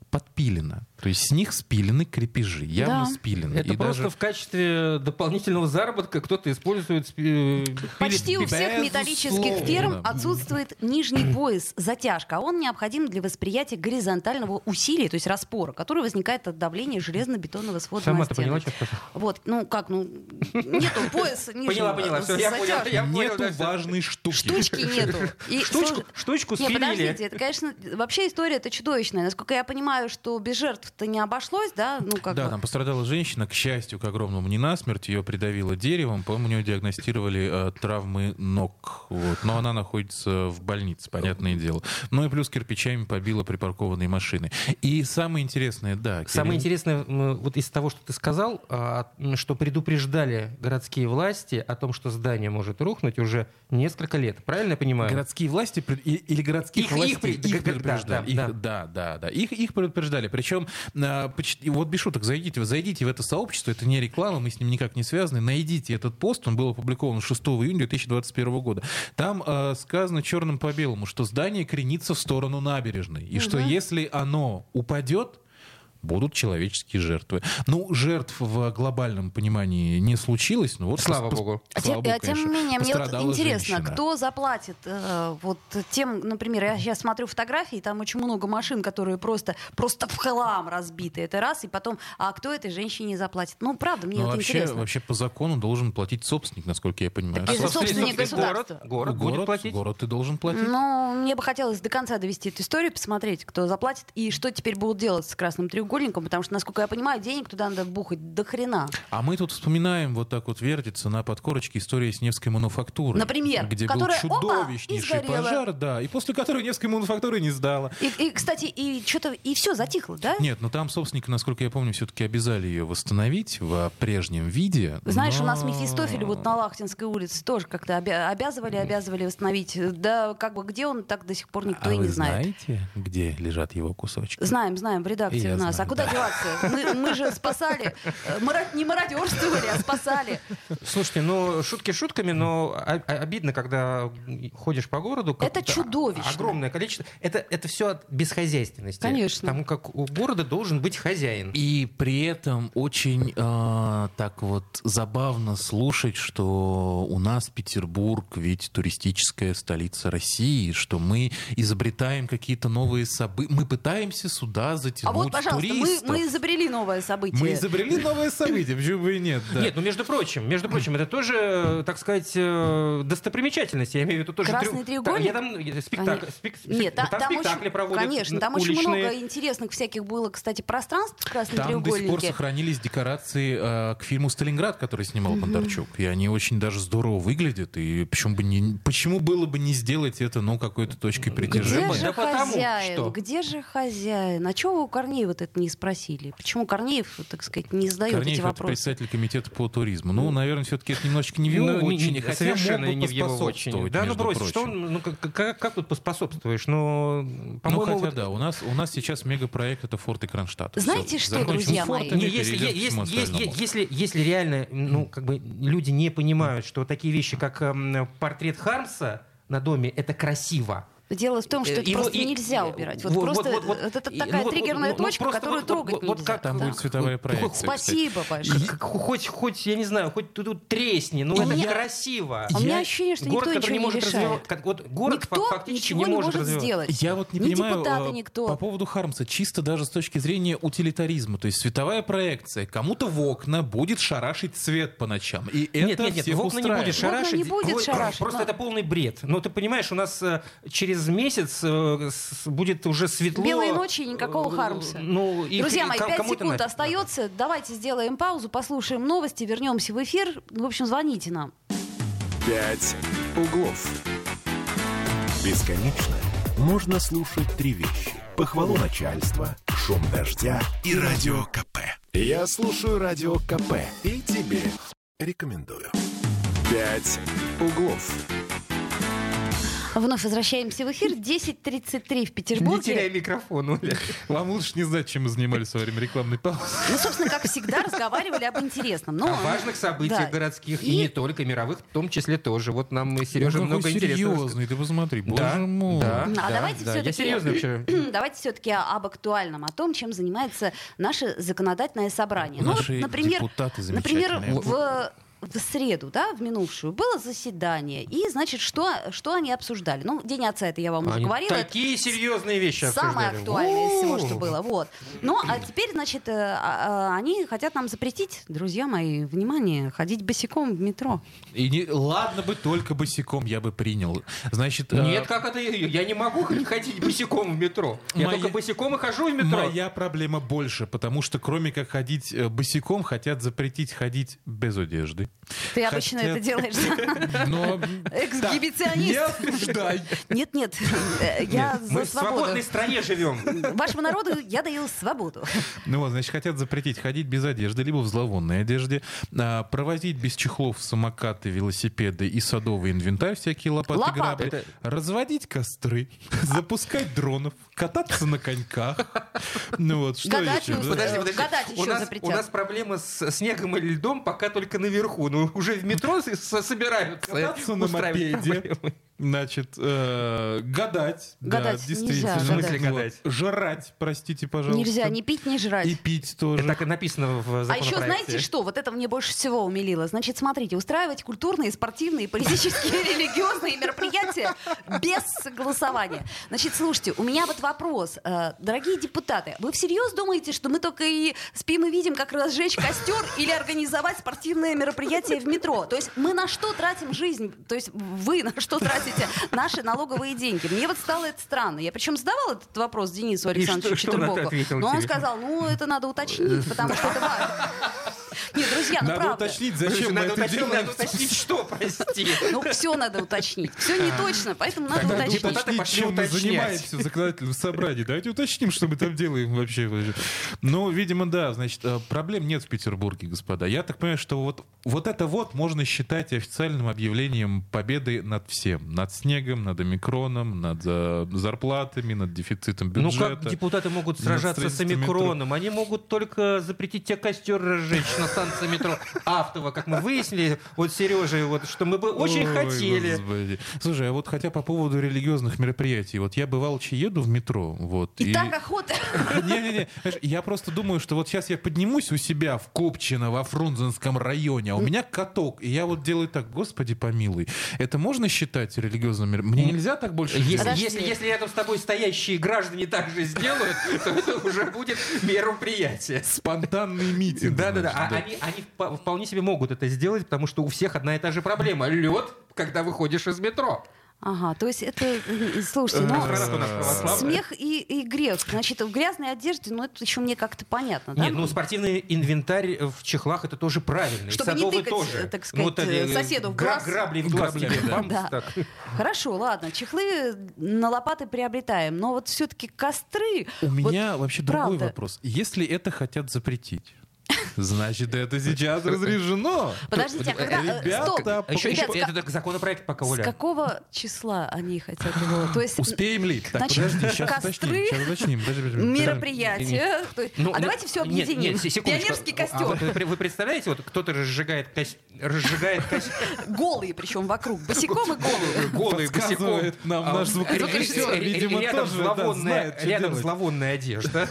Speaker 4: подпилено. То есть с них спилены крепежи, явно
Speaker 2: Да.
Speaker 4: спилены.
Speaker 3: Это
Speaker 4: И
Speaker 3: просто
Speaker 4: даже...
Speaker 3: в качестве дополнительного заработка кто-то использует... спи-
Speaker 2: Почти у
Speaker 3: пилит-
Speaker 2: всех
Speaker 4: безусловно.
Speaker 2: металлических ферм
Speaker 4: Да.
Speaker 2: отсутствует нижний пояс, затяжка. Он необходим для восприятия горизонтального усилия, то есть распора, который возникает от давления железно-бетонного свода
Speaker 3: Сама
Speaker 2: на
Speaker 3: ты
Speaker 2: стены.
Speaker 3: поняла, что это?
Speaker 2: Вот, ну как, ну нету пояса нижнего.
Speaker 3: Поняла, поняла, всё,
Speaker 2: с
Speaker 3: я понял,
Speaker 2: затяжкой.
Speaker 3: я понял,
Speaker 4: Нету
Speaker 3: да, всё.
Speaker 4: важной штуки.
Speaker 2: Штучки нету. И
Speaker 3: Штучку,
Speaker 2: слушай,
Speaker 3: штучку
Speaker 2: Не,
Speaker 3: спилили.
Speaker 2: подождите, это, конечно, вообще история-то чудовищная. Насколько я понимаю, что без жертв-то не обошлось, да? Ну, как
Speaker 4: Да,
Speaker 2: бы.
Speaker 4: там пострадала женщина, к счастью, к огромному, не насмерть, ее придавило деревом, по-моему, у нее диагностировали э, травмы ног, вот. Но она находится в больнице, понятное дело. Ну и плюс кирпичами побила припаркованные машины. И самое интересное, да...
Speaker 3: Самое
Speaker 4: Кирилл-
Speaker 3: интересное, м, вот из того, что ты сказал, а, м, что предупреждали городские власти о том, что здание может рухнуть уже несколько лет. Правильно я понимаю?
Speaker 4: Городские власти пред- и- или городские
Speaker 3: Их-
Speaker 4: власти
Speaker 3: их пред-
Speaker 4: их
Speaker 3: да,
Speaker 4: предупреждали.
Speaker 3: да,
Speaker 4: Их-
Speaker 3: да.
Speaker 4: да, да, да. Их, их предупреждали. Причем, а, почти- вот без шуток, зайдите, вы зайдите в это сообщество, это не реклама, мы с ним никак не связаны, найдите этот пост, он был опубликован шестого июня две тысячи двадцать первого года. Там а, сказано черным по белому, что здание кренится в сторону набережной, и что если оно упадет, будут человеческие жертвы. Ну, жертв в глобальном понимании не случилось. Ну, вот
Speaker 3: Слава
Speaker 4: пос-
Speaker 3: богу.
Speaker 2: А
Speaker 4: слава
Speaker 2: тем,
Speaker 4: богу,
Speaker 2: а тем не
Speaker 4: конечно.
Speaker 2: менее, мне вот
Speaker 4: Пострадала
Speaker 2: интересно,
Speaker 4: женщина.
Speaker 2: кто заплатит э, вот тем, например, я сейчас смотрю фотографии, там очень много машин, которые просто, просто в хлам разбиты, это раз, и потом, а кто этой женщине заплатит? Ну, правда, мне
Speaker 4: Ну,
Speaker 2: вот
Speaker 4: вообще,
Speaker 2: интересно.
Speaker 4: вообще по закону должен платить собственник, насколько я понимаю.
Speaker 2: Так если
Speaker 3: А
Speaker 2: собственник
Speaker 3: собственник
Speaker 2: государства.
Speaker 3: город, город, будет платить.
Speaker 4: город ты должен платить.
Speaker 2: Ну, мне бы хотелось до конца довести эту историю, посмотреть, кто заплатит и что теперь будут делать с красным треугольником, потому что, насколько я понимаю, денег туда надо бухать до хрена.
Speaker 4: А мы тут вспоминаем, вот так вот вертится на подкорочке история с Невской мануфактурой.
Speaker 2: Например,
Speaker 4: где
Speaker 2: которая,
Speaker 4: был
Speaker 2: опа,
Speaker 4: чудовищнейший
Speaker 2: и сгорела.
Speaker 4: пожар, да, и после которой Невская мануфактура не сдала.
Speaker 2: И, и, кстати, и что-то, и все затихло, да?
Speaker 4: Нет, но там собственника, насколько я помню, все-таки обязали ее восстановить в прежнем виде.
Speaker 2: Знаешь,
Speaker 4: но-
Speaker 2: у нас Мефистофель вот на Лахтинской улице тоже как-то обя- обязывали, обязывали восстановить. Да, как бы где он, так до сих пор никто
Speaker 4: а
Speaker 2: и
Speaker 4: вы
Speaker 2: не знает.
Speaker 4: знаете, где лежат его кусочки?
Speaker 2: Знаем, знаем, в редакции
Speaker 4: И я
Speaker 2: у нас.
Speaker 4: знаю,
Speaker 2: а куда
Speaker 4: да.
Speaker 2: деваться? Мы, мы же спасали, э, мара- не мародерствовали, а спасали.
Speaker 3: Слушайте, ну, шутки шутками, но о- о- обидно, когда ходишь по городу. как-
Speaker 2: Это чудовищно.
Speaker 3: Огромное количество. Это, это все от бесхозяйственности.
Speaker 2: Конечно.
Speaker 3: Потому как у города должен быть хозяин.
Speaker 4: И при этом очень э, так вот забавно слушать, что у нас Петербург ведь туристическая столица России, что мы изобретаем какие-то новые события, мы пытаемся сюда затянуть
Speaker 2: А вот, пожалуйста, мы,
Speaker 4: туристов.
Speaker 2: мы изобрели новое событие.
Speaker 4: Мы изобрели новое событие, почему бы и нет? Да.
Speaker 3: Нет, ну между прочим, между прочим, это тоже, так сказать, э, достопримечательность. Я имею в виду тоже
Speaker 2: Красный
Speaker 3: трю-
Speaker 2: треугольник?
Speaker 3: Я там э, спектакль,
Speaker 2: Конечно.
Speaker 3: спек-
Speaker 2: Нет, та-
Speaker 3: там
Speaker 2: там
Speaker 3: спектакли
Speaker 2: очень,
Speaker 3: проводят.
Speaker 2: конечно, там очень
Speaker 3: уличные.
Speaker 2: много интересных всяких было, кстати, пространств в Красном
Speaker 4: Там до сих пор
Speaker 2: треугольнике.
Speaker 4: сохранились декорации э, к фильму «Сталинград», который снимал Бондарчук. И они очень даже здорово выглядят. И почему, бы не, почему было бы не сделать это, ну, какой-то точкой
Speaker 2: Где
Speaker 4: притяжения?
Speaker 2: же
Speaker 3: Да потому
Speaker 2: хозяин?
Speaker 3: что.
Speaker 2: Где же хозяин? А чего вы у Корнеева вот это не спросили? Почему Корнеев, так сказать, не задает
Speaker 4: Корнеев
Speaker 2: эти
Speaker 4: — это
Speaker 2: вопросы?
Speaker 4: председатель комитета по туризму. Ну, наверное, все-таки это немножечко не в его
Speaker 3: Ну, не-
Speaker 4: отчине,
Speaker 3: не-
Speaker 4: хотя
Speaker 3: совершенно
Speaker 4: мог бы
Speaker 3: не в его отчине.
Speaker 4: поспособствовать,
Speaker 3: Да, ну
Speaker 4: между
Speaker 3: брось,
Speaker 4: прочим.
Speaker 3: что, он- ну, как, как, как тут поспособствуешь? Ну,
Speaker 4: Ну,
Speaker 3: по-моему,
Speaker 4: хотя
Speaker 3: вот-
Speaker 4: да, у нас, у нас сейчас мегапроект — это форт и Кронштадт.
Speaker 2: Знаете
Speaker 4: Всё.
Speaker 2: что,
Speaker 4: Закончим
Speaker 2: друзья
Speaker 4: с
Speaker 2: мои?
Speaker 4: фортами,
Speaker 3: Не, если,
Speaker 4: перейдем к
Speaker 3: е-
Speaker 4: всему
Speaker 3: есть- есть-
Speaker 4: остальному.
Speaker 3: если, если реально ну, как бы люди не понимают, что такие вещи, как эм, портрет Хармса на доме, это красиво.
Speaker 2: Дело в том, что это
Speaker 3: Его-
Speaker 2: просто
Speaker 3: и-
Speaker 2: нельзя
Speaker 3: и-
Speaker 2: убирать. Вот,
Speaker 3: вот-
Speaker 2: просто
Speaker 3: вот- вот-
Speaker 2: это
Speaker 3: и-
Speaker 2: такая
Speaker 3: ну, вот-
Speaker 2: триггерная
Speaker 3: вот- вот
Speaker 2: точка,
Speaker 3: просто
Speaker 2: которую
Speaker 3: вот-
Speaker 2: трогать
Speaker 3: вот- вот
Speaker 2: нельзя.
Speaker 3: как
Speaker 4: Там
Speaker 2: Да.
Speaker 4: будет световая проекция, кстати.
Speaker 2: Спасибо большое.
Speaker 3: Как- Хоть, хоть, я не знаю, хоть тут, тут тресни, но
Speaker 2: У
Speaker 3: это
Speaker 2: меня-
Speaker 3: красиво.
Speaker 2: А у меня
Speaker 4: Я-
Speaker 2: ощущение, что
Speaker 3: Город,
Speaker 2: никто
Speaker 3: который не
Speaker 2: ничего не
Speaker 3: может
Speaker 2: решает.
Speaker 3: развивать. как- Вот город
Speaker 2: Никто
Speaker 3: фактически
Speaker 2: ничего
Speaker 3: не
Speaker 2: не
Speaker 3: может
Speaker 2: может
Speaker 3: развивать.
Speaker 2: сделать.
Speaker 4: Я вот не
Speaker 2: Ни
Speaker 4: понимаю
Speaker 2: депутаты,
Speaker 4: э,
Speaker 2: никто.
Speaker 4: по поводу Хармса, чисто даже с точки зрения утилитаризма. То есть световая проекция, кому-то в окна будет шарашить свет по ночам. И это
Speaker 3: Нет, нет, нет,
Speaker 4: всех
Speaker 3: в окна не
Speaker 4: устраивает.
Speaker 3: будет
Speaker 2: В окна
Speaker 3: шарашить.
Speaker 2: не будет
Speaker 3: Ой,
Speaker 2: шарашить,
Speaker 3: Просто
Speaker 2: но-
Speaker 3: это полный бред. Но ты понимаешь, у нас э, через месяц э, с- будет уже светло.
Speaker 2: Белые ночи и никакого
Speaker 3: Э,
Speaker 2: Хармса.
Speaker 3: Ну, и-
Speaker 2: Друзья
Speaker 3: и
Speaker 2: мои,
Speaker 3: кому-
Speaker 2: пять
Speaker 3: кому это
Speaker 2: секунд
Speaker 3: нафиг
Speaker 2: остается. Давайте сделаем паузу, послушаем новости, вернемся в эфир. В общем, звоните нам.
Speaker 1: «Пять углов». Бесконечно можно слушать три вещи. Похвалу начальства, шум дождя и радио КП. Я слушаю радио КП и тебе рекомендую. «Пять углов».
Speaker 2: Вновь возвращаемся в эфир. десять тридцать три в Петербурге.
Speaker 3: Не теряй микрофон, Оля.
Speaker 4: Вам лучше не знать, чем мы занимались во время рекламной паузы.
Speaker 2: Ну, собственно, как всегда, разговаривали об интересном. Но,
Speaker 3: О важных событиях
Speaker 2: да.
Speaker 3: городских, и...
Speaker 2: И-
Speaker 3: не только, мировых в том числе тоже. Вот нам мы, Сережа,
Speaker 4: Он
Speaker 3: много
Speaker 4: такой
Speaker 3: интересного.
Speaker 4: серьезный, ты посмотри, боже
Speaker 3: Да,
Speaker 4: мой.
Speaker 3: да,
Speaker 2: А
Speaker 3: да,
Speaker 2: давайте
Speaker 3: да. Я
Speaker 2: все-таки,
Speaker 3: серьезно вообще.
Speaker 2: давайте все-таки об актуальном, о том, чем занимается наше законодательное собрание. Ну,
Speaker 4: Наши
Speaker 2: вот, например,
Speaker 4: депутаты
Speaker 2: например,
Speaker 4: замечательные.
Speaker 2: в в среду, да, в минувшую, было заседание. И, значит, что, что они обсуждали? Ну, День отца, это я вам уже
Speaker 3: Они
Speaker 2: говорила. это
Speaker 3: такие серьезные вещи
Speaker 2: самое
Speaker 3: обсуждали.
Speaker 2: актуальное из всего,
Speaker 3: О!
Speaker 2: что было. Вот. Ну, а теперь, значит, э, а, а, они хотят нам запретить, друзья мои, внимание, ходить босиком в метро.
Speaker 4: И не, ладно бы только босиком я бы принял. Значит, э,
Speaker 3: Нет, как это? Я не могу не ходить босиком в метро. Я
Speaker 4: Моя-
Speaker 3: только босиком и хожу в метро.
Speaker 4: моя проблема больше, потому что кроме как ходить э, босиком, хотят запретить ходить без одежды.
Speaker 2: Ты обычно
Speaker 4: Хотят-
Speaker 2: это делаешь.
Speaker 4: Но
Speaker 2: Эксгибиционист.
Speaker 4: не осуждай.
Speaker 2: Нет, нет, э, я
Speaker 3: Мы
Speaker 2: за
Speaker 3: в
Speaker 2: свободу.
Speaker 3: свободной стране живем.
Speaker 2: Вашему народу я даю свободу.
Speaker 4: Ну вот, значит, хотят запретить ходить без одежды, либо в зловонной одежде, а, провозить без чехлов самокаты, велосипеды и садовый инвентарь, всякие лопаты,
Speaker 2: Лопаты.
Speaker 4: грабли,
Speaker 3: Это-
Speaker 4: разводить костры, запускать дронов, кататься на коньках. Ну вот, что
Speaker 2: Гадать
Speaker 4: еще?
Speaker 2: не
Speaker 4: Да?
Speaker 3: Подожди, подожди.
Speaker 2: Гадать
Speaker 3: у,
Speaker 2: еще
Speaker 3: нас,
Speaker 2: запретят.
Speaker 3: у нас проблема с снегом и льдом пока только наверху. Ну, уже в метро с- с- собираются
Speaker 4: Кататься на
Speaker 3: устраивать
Speaker 4: мопеде.
Speaker 3: проблемы.
Speaker 4: Значит, э, гадать.
Speaker 2: Гадать
Speaker 4: да,
Speaker 2: нельзя,
Speaker 4: действительно.
Speaker 3: В смысле
Speaker 4: Вот.
Speaker 3: гадать?
Speaker 4: Жрать, простите, пожалуйста.
Speaker 2: Нельзя ни пить, ни жрать.
Speaker 4: И пить тоже.
Speaker 3: Это так и написано в
Speaker 2: А
Speaker 3: законопроекте.
Speaker 2: еще знаете что? Вот это мне больше всего умилило. Значит, смотрите, устраивать культурные, спортивные, политические, религиозные мероприятия без согласования. Значит, слушайте, у меня вот вопрос. Э, Дорогие депутаты, вы всерьез думаете, что мы только и спим и видим, как разжечь костер или организовать спортивное мероприятие в метро? То есть мы на что тратим жизнь? То есть вы на что тратите наши налоговые деньги? Мне вот стало это странно. Я причем задавала этот вопрос Денису Александровичу
Speaker 3: что- что он
Speaker 2: Четербоку.
Speaker 3: ответил
Speaker 2: Но он
Speaker 3: тебе?
Speaker 2: сказал, ну это надо уточнить, потому что это важно. Нет, друзья, ну
Speaker 4: Надо
Speaker 2: правда.
Speaker 4: уточнить, зачем мы
Speaker 3: надо,
Speaker 4: это
Speaker 3: уточнить,
Speaker 4: делаем.
Speaker 3: надо уточнить, что, прости.
Speaker 2: Ну, все надо уточнить. Все не точно, поэтому надо
Speaker 4: Надо
Speaker 2: уточнить.
Speaker 3: депутаты
Speaker 4: уточнить,
Speaker 3: пошли
Speaker 4: чем мы
Speaker 3: уточнять.
Speaker 4: занимаемся в законодательном собрании. Давайте уточним, что мы там делаем вообще. Ну, видимо, да. Значит, э, проблем нет в Петербурге, господа. Я так понимаю, что вот, вот это вот можно считать официальным объявлением победы над всем. Над снегом, над омикроном, над э, зарплатами, над дефицитом
Speaker 3: Ну
Speaker 4: бюджета.
Speaker 3: как депутаты могут
Speaker 4: над
Speaker 3: сражаться с
Speaker 4: строительством метро.
Speaker 3: омикроном? Они могут только запретить тебе костер разжечь на станции метро Автово, как мы выяснили, вот Сережа, вот, что мы бы очень
Speaker 4: Ой,
Speaker 3: хотели.
Speaker 4: Господи. Слушай, а вот хотя по поводу религиозных мероприятий, вот я бывал, еду в метро, вот.
Speaker 2: И так охота.
Speaker 4: Не-не-не, знаешь, я просто думаю, что вот сейчас я поднимусь у себя в Купчино, во Фрунзенском районе, а у меня каток, и я вот делаю так, господи помилуй, это можно считать религиозным мероприятием? Мне нельзя так больше
Speaker 3: Если,
Speaker 4: делать?
Speaker 2: Подожди.
Speaker 3: если, если рядом с тобой стоящие граждане так же сделают, то это уже будет мероприятие.
Speaker 4: Спонтанный митинг.
Speaker 3: Да-да-да, а
Speaker 4: значит,
Speaker 3: они, они вп- вполне себе могут это сделать, потому что у всех одна и та же проблема. Лед, когда выходишь из метро.
Speaker 2: Ага, то есть это, э, слушайте, ну,
Speaker 3: А страна-то у нас православная.
Speaker 2: смех и, и грех. Значит, в грязной одежде, ну, это еще мне как-то понятно, да?
Speaker 3: Нет, ну спортивный инвентарь в чехлах это тоже правильно.
Speaker 2: Чтобы
Speaker 3: и
Speaker 2: не
Speaker 3: садовый
Speaker 2: тыкать,
Speaker 3: тоже.
Speaker 2: так сказать,
Speaker 3: Ну, это,
Speaker 2: соседу в
Speaker 3: гра-
Speaker 2: глаз.
Speaker 3: Грабли в глаз
Speaker 4: Грабли,
Speaker 3: тебе.
Speaker 4: да.
Speaker 3: Бам,
Speaker 2: Да.
Speaker 3: так.
Speaker 2: Хорошо, ладно, чехлы на лопаты приобретаем, но вот все-таки костры...
Speaker 4: У
Speaker 2: вот
Speaker 4: меня вообще другой
Speaker 2: правда.
Speaker 4: вопрос. Если это хотят запретить, значит, это сейчас разрешено.
Speaker 2: Подождите, а когда... э,
Speaker 4: Ребята,
Speaker 2: стоп,
Speaker 3: А еще,
Speaker 2: ребят,
Speaker 3: еще-
Speaker 2: с ка-
Speaker 3: это так законопроект пока,
Speaker 2: с
Speaker 3: Оля.
Speaker 2: какого числа они хотят его? То есть
Speaker 4: Успеем ли? Так,
Speaker 2: Значит,
Speaker 4: подожди, сейчас
Speaker 2: костры,
Speaker 4: уточним. Сейчас уточним. Подожди, подожди.
Speaker 2: мероприятие. То есть-
Speaker 3: Ну,
Speaker 2: а
Speaker 3: ну,
Speaker 2: давайте все
Speaker 3: нет,
Speaker 2: объединим.
Speaker 3: нет, секундочку.
Speaker 2: Пионерский
Speaker 3: А
Speaker 2: костер.
Speaker 3: вот вы, вы представляете, вот кто-то разжигает, кос... разжигает кос...
Speaker 2: Голые причем вокруг. Босиком и голые.
Speaker 3: голый босиком.
Speaker 4: Подсказывает нам
Speaker 3: А
Speaker 4: наш
Speaker 3: вот
Speaker 4: звукорежиссер,
Speaker 3: р-
Speaker 4: видимо,
Speaker 3: рядом
Speaker 4: тоже, да,
Speaker 3: зловонная,
Speaker 4: знает, что
Speaker 3: рядом
Speaker 4: делать.
Speaker 3: зловонная одежда.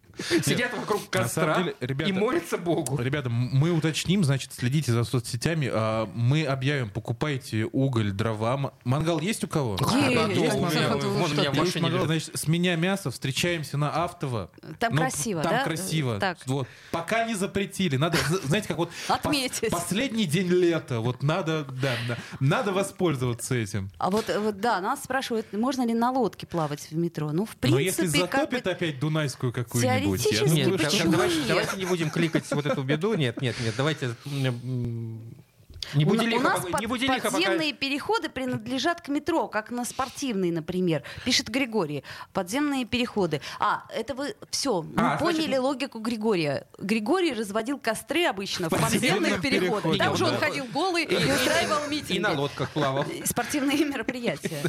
Speaker 3: Сидят вокруг
Speaker 4: На
Speaker 3: костра
Speaker 4: самом деле, ребята-
Speaker 3: и молятся Богу.
Speaker 4: Ребята, м- мы уточним, значит, следите за соцсетями. а, Мы объявим, покупайте уголь, дрова. М- Мангал есть у кого?
Speaker 2: Есть,
Speaker 3: А,
Speaker 2: есть,
Speaker 3: да,
Speaker 2: есть,
Speaker 3: у меня-
Speaker 2: вот,
Speaker 3: вон у меня в
Speaker 4: Есть
Speaker 3: машине
Speaker 4: мангал,
Speaker 3: лежит.
Speaker 4: значит, с меня мясо, встречаемся на Автово.
Speaker 2: Там
Speaker 4: Ну,
Speaker 2: красиво,
Speaker 4: там
Speaker 2: да?
Speaker 4: красиво.
Speaker 2: Так.
Speaker 4: Вот. Пока не запретили. Надо, з- знаете, как вот пос-
Speaker 2: Отметить.
Speaker 4: последний день лета. Вот надо, да, да, надо воспользоваться этим.
Speaker 2: А вот, вот да, нас спрашивают, можно ли на лодке плавать в метро. Ну, в
Speaker 4: Но если
Speaker 2: принципе, как бы...
Speaker 4: затопит опять Дунайскую какую-нибудь, я
Speaker 2: Теоретически,
Speaker 3: Нет,
Speaker 4: думаю,
Speaker 3: так,
Speaker 2: почему
Speaker 3: давайте,
Speaker 2: нет?
Speaker 3: давайте не будем кликать вот эту беду. Нет, нет, нет, давайте... м, Не
Speaker 2: У,
Speaker 3: буди
Speaker 2: на- у
Speaker 3: лихо,
Speaker 2: нас
Speaker 3: пока-
Speaker 2: под-
Speaker 3: не буди лихо, пока-
Speaker 2: подземные переходы принадлежат к метро, как на спортивные, например. Пишет Григорий. Подземные переходы. А, это вы... Все, мы
Speaker 3: А,
Speaker 2: поняли
Speaker 3: значит,
Speaker 2: логику Григория. Григорий разводил костры обычно в подземных
Speaker 4: подземных
Speaker 2: переходах.
Speaker 4: переходах,
Speaker 2: Там же он
Speaker 4: да.
Speaker 2: ходил голый и устраивал митинги.
Speaker 3: И на лодках плавал.
Speaker 2: Спортивные мероприятия.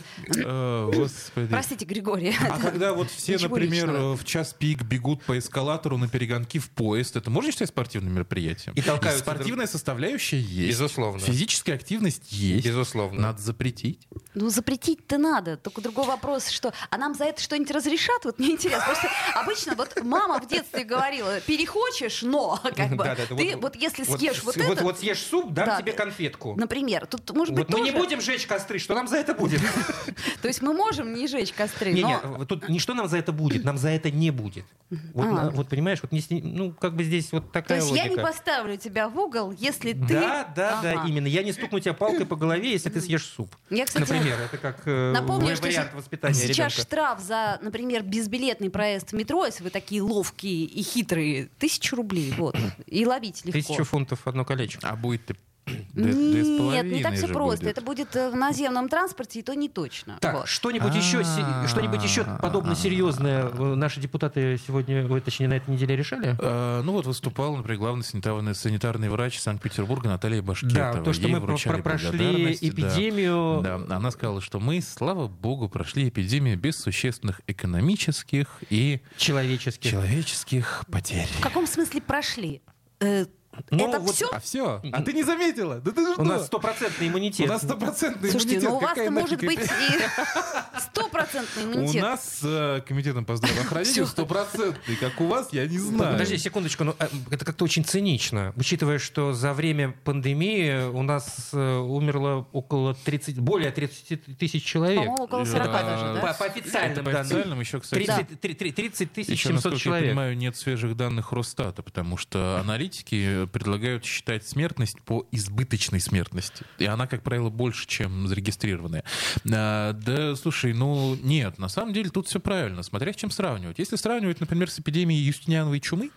Speaker 4: Э, Господи.
Speaker 2: Простите, Григорий.
Speaker 4: А когда вот все,
Speaker 2: Ничего
Speaker 4: например,
Speaker 2: личного.
Speaker 4: в час пик бегут по эскалатору на перегонки в поезд, это можно считать спортивным мероприятием?
Speaker 3: И толкаются
Speaker 4: спортивная составляющая есть.
Speaker 3: Безусловно.
Speaker 4: Физическая активность есть.
Speaker 3: Безусловно.
Speaker 4: Надо запретить.
Speaker 2: Ну, запретить-то надо. Только другой вопрос, что... А нам за это что-нибудь разрешат? Вот мне интересно. Потому что обычно вот мама в детстве говорила, перехочешь, но как бы,
Speaker 3: Да-да-да,
Speaker 2: ты
Speaker 3: вот-
Speaker 2: вот если
Speaker 3: Вот
Speaker 2: съешь вот
Speaker 3: с- вот,
Speaker 2: это...
Speaker 3: вот съешь суп, дам
Speaker 2: Да,
Speaker 3: тебе
Speaker 2: да.
Speaker 3: конфетку.
Speaker 2: Например, тут может быть
Speaker 3: Вот мы не
Speaker 2: тоже...
Speaker 3: будем жечь костры, что нам за это будет?
Speaker 2: То есть мы можем не жечь костры,
Speaker 3: Не,
Speaker 2: но...
Speaker 3: не, тут не что нам за это будет, нам за это не будет. Вот,
Speaker 2: А.
Speaker 3: на- вот понимаешь, вот не с- ну как бы здесь вот
Speaker 2: То
Speaker 3: такая
Speaker 2: есть
Speaker 3: логика.
Speaker 2: я не поставлю тебя в угол, если ты...
Speaker 3: Да, да, да,
Speaker 2: Ага.
Speaker 3: именно. Я не стукну тебя палкой по голове, если ты съешь суп.
Speaker 2: Я, кстати,
Speaker 3: Например, это как э,
Speaker 2: Напомню,
Speaker 3: в-
Speaker 2: что
Speaker 3: вариант
Speaker 2: се-
Speaker 3: воспитания
Speaker 2: сейчас
Speaker 3: ребенка.
Speaker 2: штраф за, например, безбилетный проезд в метро, если вы такие ловкие и хитрые, тысячу рублей, вот, и ловить легко.
Speaker 3: Тысячу фунтов одно колечко.
Speaker 4: А будет-то две- две с
Speaker 2: Нет, не так
Speaker 4: половиной
Speaker 2: все
Speaker 4: же
Speaker 2: просто.
Speaker 4: будет.
Speaker 2: Это будет э, в наземном транспорте, и то не точно.
Speaker 3: Так,
Speaker 2: Вот.
Speaker 3: что-нибудь еще, се- что-нибудь еще подобно серьезное э, наши депутаты сегодня, ой, точнее, на этой неделе решали?
Speaker 4: Э, Ну вот выступала, например, главный санитарный, санитарный врач Санкт-Петербурга Наталья Башкетова.
Speaker 3: Да, то, что
Speaker 4: Ей
Speaker 3: мы про-
Speaker 4: вручали
Speaker 3: про- прошли
Speaker 4: благодарности, да.
Speaker 3: эпидемию.
Speaker 4: Да, она сказала, что мы, слава богу, прошли эпидемию без существенных экономических и
Speaker 3: Человеческих.
Speaker 4: человеческих потерь.
Speaker 2: В каком смысле прошли? Э,
Speaker 3: Ну,
Speaker 2: это
Speaker 3: вот-
Speaker 2: все?
Speaker 4: А все? А ты не заметила? Да ты
Speaker 3: У нас стопроцентный
Speaker 4: У
Speaker 3: иммунитет.
Speaker 4: нас стопроцентный
Speaker 2: Слушайте,
Speaker 4: иммунитет.
Speaker 2: ну у вас-то
Speaker 4: Какая
Speaker 2: может
Speaker 4: нафиг
Speaker 2: быть
Speaker 4: эпидемия?
Speaker 2: и стопроцентный
Speaker 4: У
Speaker 2: иммунитет.
Speaker 4: нас с э, комитетом по здравоохранению
Speaker 2: Всё.
Speaker 4: стопроцентный. Как у вас, я не знаю.
Speaker 3: Подожди секундочку, ну, э, это как-то очень цинично, учитывая, что за время пандемии у нас э, умерло около тридцать, более тридцати тысяч человек.
Speaker 2: По-моему, около сорока
Speaker 4: Э,
Speaker 2: даже,
Speaker 3: По,
Speaker 2: да?
Speaker 3: по официальным
Speaker 4: По
Speaker 3: данным.
Speaker 4: официальным еще, кстати,
Speaker 3: тридцать, три- три- тридцать тысяч
Speaker 4: еще,
Speaker 3: семьсот
Speaker 4: насколько я
Speaker 3: человек.
Speaker 4: понимаю, нет свежих данных Росстата, потому что аналитики предлагают считать смертность по избыточной смертности. И она, как правило, больше, чем зарегистрированная. А, да, слушай, ну нет, на самом деле тут все правильно, смотря с чем сравнивать. Если сравнивать, например, с эпидемией Юстиниановой чумы,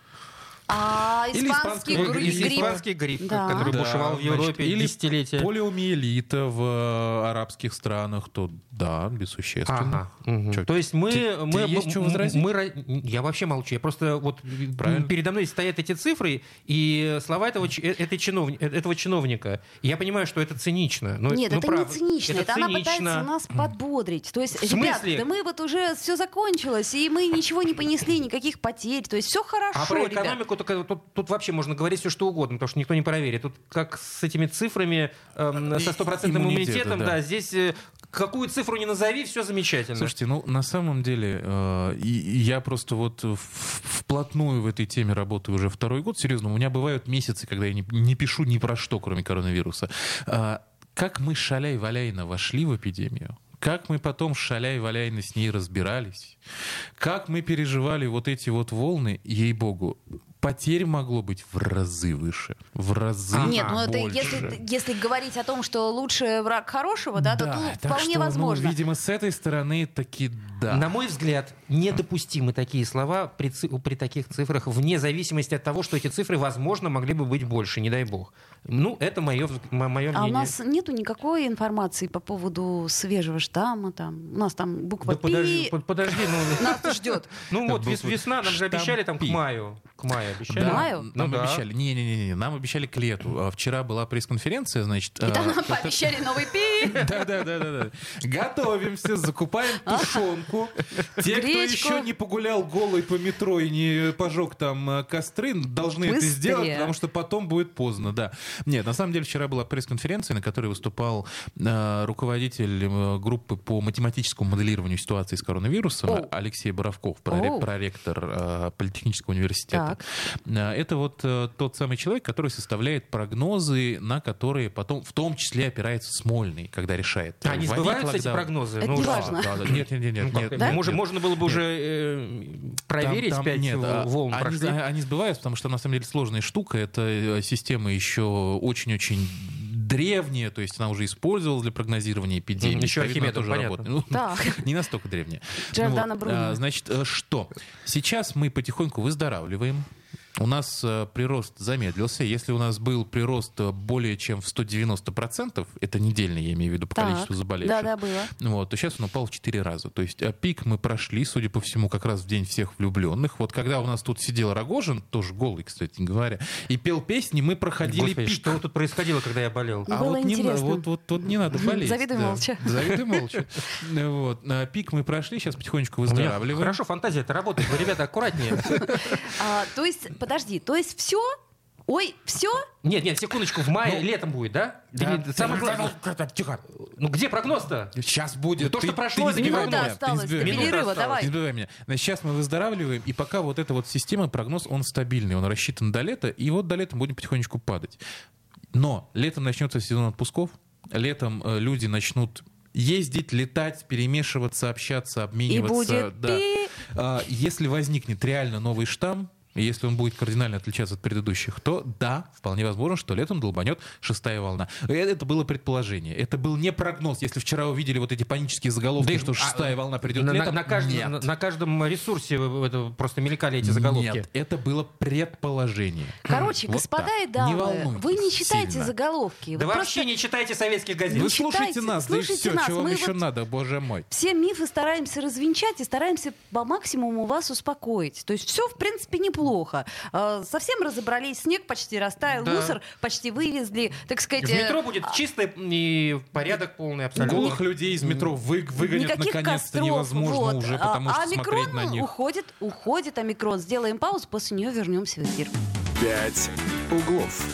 Speaker 2: А
Speaker 4: Или
Speaker 2: испанский
Speaker 4: испанского
Speaker 2: гри-
Speaker 3: Или
Speaker 2: грипп?
Speaker 3: испанский грипп,
Speaker 2: Да.
Speaker 3: который
Speaker 4: Да,
Speaker 3: бушевал в
Speaker 4: значит,
Speaker 3: Европе
Speaker 4: или
Speaker 3: десятилетия.
Speaker 4: полиомиелита в э, арабских странах, то да, бессущественно.
Speaker 3: Ага. Мгм.
Speaker 4: Чё,
Speaker 3: То есть мы,
Speaker 4: те-
Speaker 3: мы,
Speaker 4: тебе есть
Speaker 3: мы-
Speaker 4: что возразить?
Speaker 3: мы ра- я вообще молчу. Я просто вот
Speaker 4: Правильно.
Speaker 3: передо мной стоят эти цифры и слова этого, чи- э- этой чиновни- э- этого чиновника. И я понимаю, что это цинично. Но,
Speaker 2: Нет,
Speaker 3: ну,
Speaker 2: это
Speaker 3: правда,
Speaker 2: не цинично, это, она
Speaker 3: цинично.
Speaker 2: пытается нас подбодрить. То есть,
Speaker 3: В
Speaker 2: ребят,
Speaker 3: смысле?
Speaker 2: да мы вот уже все закончилось, и мы ничего не понесли, никаких потерь. То есть все хорошо,
Speaker 3: А про
Speaker 2: ребят.
Speaker 3: экономику только тут, тут вообще можно говорить все, что угодно, потому что никто не проверит. Тут как с этими цифрами, эм, со стопроцентным
Speaker 4: Иммунитета,
Speaker 3: иммунитетом,
Speaker 4: да.
Speaker 3: да, здесь э, какую цифру не назови, все замечательно.
Speaker 4: Слушайте, ну на самом деле э, и- и я просто вот в- вплотную в этой теме работаю уже второй год. Серьезно, у меня бывают месяцы, когда я не, не пишу ни про что, кроме коронавируса. А, как мы шаляй-валяйно вошли в эпидемию? Как мы потом шаляй-валяйно с ней разбирались? Как мы переживали вот эти вот волны, ей-богу, потерь могло быть в разы выше. В разы
Speaker 3: Ага,
Speaker 2: Нет, ну это
Speaker 4: больше.
Speaker 2: если, если говорить о том, что лучше враг хорошего, да, то тут
Speaker 4: так
Speaker 2: вполне
Speaker 4: что, ну,
Speaker 2: возможно.
Speaker 4: видимо, с этой стороны таки да.
Speaker 3: На мой взгляд, недопустимы такие слова при, ци- при таких цифрах, вне зависимости от того, что эти цифры, возможно, могли бы быть больше, не дай бог. Ну, это мое, мое мнение.
Speaker 2: А у нас нету никакой информации по поводу свежего штамма. Там. У нас там буква
Speaker 3: Да подожди,
Speaker 2: «Пи»
Speaker 3: под- подожди, ну,
Speaker 2: нас ждет.
Speaker 3: ну вот вес-
Speaker 4: Буквы
Speaker 3: весна, нам же обещали там к
Speaker 4: штампи.
Speaker 3: маю. К маю обещали.
Speaker 2: Да. Маю?
Speaker 4: Нам
Speaker 3: Ну да.
Speaker 4: обещали. Не-не-не, нам обещали к лету. А вчера была пресс-конференция, значит.
Speaker 2: И там
Speaker 4: а,
Speaker 2: нам пообещали новый «Пи».
Speaker 4: Да-да-да-да. Готовимся, закупаем тушенку. Те, кто
Speaker 2: Гречку.
Speaker 4: еще не погулял голый по метро и не пожег там э, костры, должны это
Speaker 2: Быстрее.
Speaker 4: сделать, потому что потом будет поздно, да. Нет, на самом деле вчера была пресс-конференция, на которой выступал э, руководитель э, группы по математическому моделированию ситуации с коронавирусом
Speaker 2: Оу.
Speaker 4: Алексей Боровков, проре-
Speaker 2: Оу.
Speaker 4: проректор э, Политехнического университета.
Speaker 2: Так.
Speaker 4: Э, Это вот э, тот самый человек, который составляет прогнозы, на которые потом в том числе опирается Смольный, когда решает.
Speaker 3: А не
Speaker 4: вводить
Speaker 3: сбываются эти
Speaker 4: локдаун.
Speaker 3: прогнозы?
Speaker 2: Это
Speaker 3: Ну,
Speaker 2: не
Speaker 3: да.
Speaker 2: важно.
Speaker 4: Да, да. Нет, нет, нет,
Speaker 3: Ну,
Speaker 4: нет,
Speaker 3: как,
Speaker 4: нет,
Speaker 2: Да?
Speaker 4: нет,
Speaker 3: Можно,
Speaker 4: нет.
Speaker 3: можно было бы уже э, проверить,
Speaker 4: Там- там
Speaker 3: пять
Speaker 4: нет, а,
Speaker 3: волн
Speaker 4: они,
Speaker 3: прошли.
Speaker 4: они сбываются, потому что на самом деле сложная штука. Это э, система еще очень-очень древняя, то есть она уже использовалась для прогнозирования эпидемии.
Speaker 3: Еще
Speaker 4: Поэтому она
Speaker 3: Архимедом,
Speaker 4: тоже
Speaker 3: понятно.
Speaker 4: работает. Ну,
Speaker 2: Так.
Speaker 4: не настолько древняя.
Speaker 2: Джордано
Speaker 4: Вот,
Speaker 2: Бруно.
Speaker 4: а, Значит, э, что? Сейчас мы потихоньку выздоравливаем. У нас э, прирост замедлился. Если у нас был прирост э, более чем в сто девяносто процентов, это недельный, я имею в виду, по
Speaker 2: Так.
Speaker 4: количеству заболевших,
Speaker 2: Да, да, было.
Speaker 4: вот, то сейчас он упал в четыре раза. То есть а пик мы прошли, судя по всему, как раз в день всех влюбленных. Вот когда у нас тут сидел Рогожин, тоже голый, кстати говоря, и пел песни, мы проходили
Speaker 3: Господи,
Speaker 4: пик.
Speaker 3: что тут происходило, когда я болел?
Speaker 2: Ну,
Speaker 4: А
Speaker 2: было
Speaker 4: вот не, на-
Speaker 2: интересно.
Speaker 4: вот, вот, вот не надо болеть.
Speaker 2: Завидуй
Speaker 4: да.
Speaker 2: молча.
Speaker 4: Завидуй молча. Вот. А пик мы прошли, сейчас потихонечку
Speaker 3: У меня
Speaker 4: выздоравливаем.
Speaker 3: хорошо, фантазия это работает. Вы, ребята, аккуратнее.
Speaker 2: А, то есть, подожди, то есть все? Ой, все?
Speaker 3: Нет, нет, секундочку, в мае летом будет, да?
Speaker 4: Да.
Speaker 3: Или самое главное-
Speaker 4: Тихо.
Speaker 3: Ну где прогноз-то?
Speaker 4: Сейчас будет.
Speaker 3: То, что
Speaker 4: Ты-
Speaker 3: прошло,
Speaker 4: ты не
Speaker 3: это
Speaker 4: сбивай
Speaker 2: Минута
Speaker 4: меня, ты не
Speaker 2: осталась
Speaker 4: сбивай
Speaker 2: до
Speaker 4: меня.
Speaker 2: перерыва,
Speaker 3: осталась.
Speaker 2: давай.
Speaker 4: Не сбивай меня. Значит, сейчас мы выздоравливаем, и пока вот эта вот система, прогноз, он стабильный, он рассчитан до лета, и вот до лета мы будем потихонечку падать. Но летом начнется сезон отпусков, летом э, люди начнут ездить, летать, перемешиваться, общаться, обмениваться.
Speaker 2: будет
Speaker 4: да.
Speaker 2: пи.
Speaker 4: А, если возникнет реально новый штамм, и если он будет кардинально отличаться от предыдущих, то да, вполне возможно, что летом долбанет шестая волна. Это было предположение. Это был не прогноз. Если вчера увидели вот эти панические заголовки,
Speaker 3: Да,
Speaker 4: что
Speaker 3: а,
Speaker 4: шестая волна придет
Speaker 3: На, на-
Speaker 4: летом,
Speaker 3: на каждом,
Speaker 4: нет.
Speaker 3: на, на каждом ресурсе это просто мелькали эти заголовки.
Speaker 4: Нет, это было предположение.
Speaker 2: Короче,
Speaker 4: Вот
Speaker 2: господа
Speaker 4: так.
Speaker 2: и дамы,
Speaker 4: Не волнуйтесь
Speaker 2: вы не читайте
Speaker 4: сильно.
Speaker 2: заголовки.
Speaker 3: Да
Speaker 2: Вы
Speaker 3: вообще
Speaker 2: просто
Speaker 3: не читайте советских газет.
Speaker 4: Вы
Speaker 2: не
Speaker 4: слушайте
Speaker 2: читайте,
Speaker 4: нас, да и
Speaker 2: слушайте
Speaker 4: все,
Speaker 2: нас.
Speaker 4: чего вам
Speaker 2: Мы
Speaker 4: еще
Speaker 2: вот-
Speaker 4: надо, боже мой.
Speaker 2: все мифы стараемся развенчать и стараемся по максимуму вас успокоить. То есть все, в принципе, неплохо. А, Совсем разобрались, снег почти растаял,
Speaker 3: Да.
Speaker 2: мусор почти вывезли, так сказать...
Speaker 3: В метро
Speaker 2: э,
Speaker 3: будет чисто и порядок полный абсолютно.
Speaker 4: Голых людей из метро вы, выгонят
Speaker 2: Никаких
Speaker 4: наконец-то
Speaker 2: костров,
Speaker 4: невозможно
Speaker 2: вот.
Speaker 4: уже,
Speaker 2: А-
Speaker 4: потому
Speaker 2: а
Speaker 4: что смотреть
Speaker 2: омикрон
Speaker 4: на них.
Speaker 2: уходит, уходит омикрон. Сделаем паузу, после нее вернемся в эфир.
Speaker 1: «Пять углов».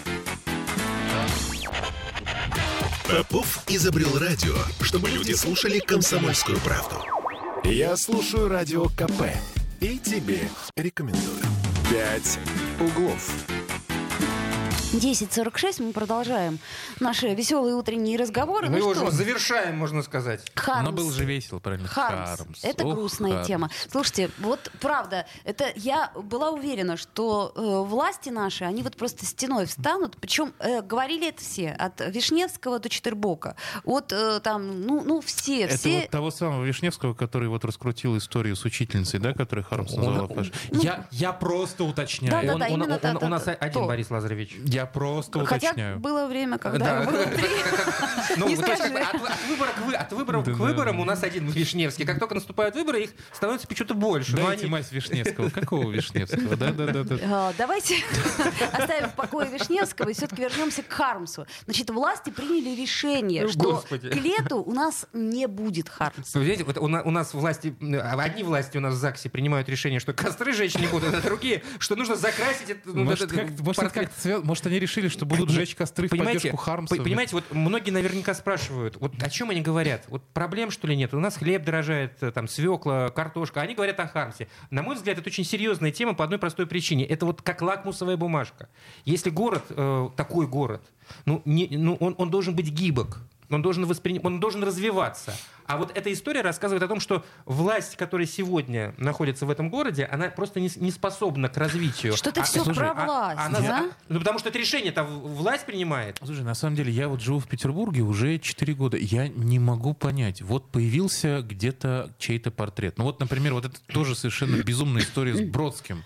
Speaker 1: Попов изобрел радио, чтобы люди слушали комсомольскую правду. Я слушаю радио КП и тебе рекомендую. «Пять углов».
Speaker 2: десять сорок шесть, мы продолжаем наши веселые утренние разговоры.
Speaker 3: Мы
Speaker 2: Ну
Speaker 3: его
Speaker 2: что,
Speaker 3: уже завершаем, можно сказать.
Speaker 2: Хармс.
Speaker 4: Но было же весело, правильно?
Speaker 2: Хармс. Это
Speaker 4: Ох,
Speaker 2: грустная
Speaker 4: Хармс.
Speaker 2: тема. Слушайте, вот правда, это я была уверена, что э, власти наши, они вот просто стеной встанут. Причем э, говорили это все, от Вишневского до Четырбока. Вот э, там, ну, ну все,
Speaker 4: Это
Speaker 2: все.
Speaker 4: вот того самого Вишневского, который вот раскрутил историю с учительницей, да, которая Хармс
Speaker 3: Он-
Speaker 4: назвала
Speaker 3: он-
Speaker 4: флеш. Я, я просто уточняю.
Speaker 2: Да-да-да,
Speaker 3: Он- он-
Speaker 2: именно
Speaker 3: он-
Speaker 2: та-
Speaker 3: он-
Speaker 2: та-
Speaker 3: У нас
Speaker 2: та-
Speaker 3: один
Speaker 2: то.
Speaker 3: Борис Лазаревич.
Speaker 4: Я просто
Speaker 2: Хотя
Speaker 4: уточняю.
Speaker 2: было время, когда
Speaker 3: Да.
Speaker 2: было три.
Speaker 3: Ну,
Speaker 2: Не
Speaker 3: то есть,
Speaker 2: скажи.
Speaker 3: как бы от, от выбора к, вы- от выборов
Speaker 4: Да,
Speaker 3: к
Speaker 4: да.
Speaker 3: выборам у нас один Вишневский. Как только наступают выборы, их становится почему-то больше. Но
Speaker 4: Дайте
Speaker 3: они-
Speaker 4: мазь Вишневского. Какого Вишневского? Да-да-да.
Speaker 2: А, Давайте оставим в покое Вишневского и все-таки вернемся к Хармсу. Значит, власти приняли решение,
Speaker 3: Ну,
Speaker 2: что
Speaker 3: Господи.
Speaker 2: к лету у нас не будет Хармса.
Speaker 3: Вы знаете, вот у, на- у нас власти, м, одни власти у нас в ЗАГСе принимают решение, что костры жечь не будут, а другие, что нужно закрасить это, ну,
Speaker 4: Может,
Speaker 3: этот
Speaker 4: как, может, это
Speaker 3: портрет.
Speaker 4: как-то свя- может, они решили, что будут жечь костры в
Speaker 3: Понимаете,
Speaker 4: поддержку Хармса?
Speaker 3: по- понимаете, вот многие наверняка спрашивают, вот о чем они говорят? Вот проблем, что ли, нет? У нас хлеб дорожает, э, там, свекла, картошка. Они говорят о Хармсе. На мой взгляд, это очень серьезная тема по одной простой причине. Это вот как лакмусовая бумажка. Если город, э, такой город, ну, не, ну он, он должен быть гибок. Он должен, воспри... он должен развиваться. А вот эта история рассказывает о том, что власть, которая сегодня находится в этом городе, она просто не, не способна к развитию.
Speaker 2: Что ты
Speaker 3: А-
Speaker 2: всё
Speaker 3: слушай,
Speaker 2: про
Speaker 3: а-
Speaker 2: власть,
Speaker 3: она-
Speaker 2: да?
Speaker 3: Ну, потому что это решение-то власть принимает.
Speaker 4: Слушай, на самом деле, я вот живу в Петербурге уже четыре года. Я не могу понять. Вот появился где-то чей-то портрет. Ну вот, например, вот это тоже совершенно безумная история с Бродским.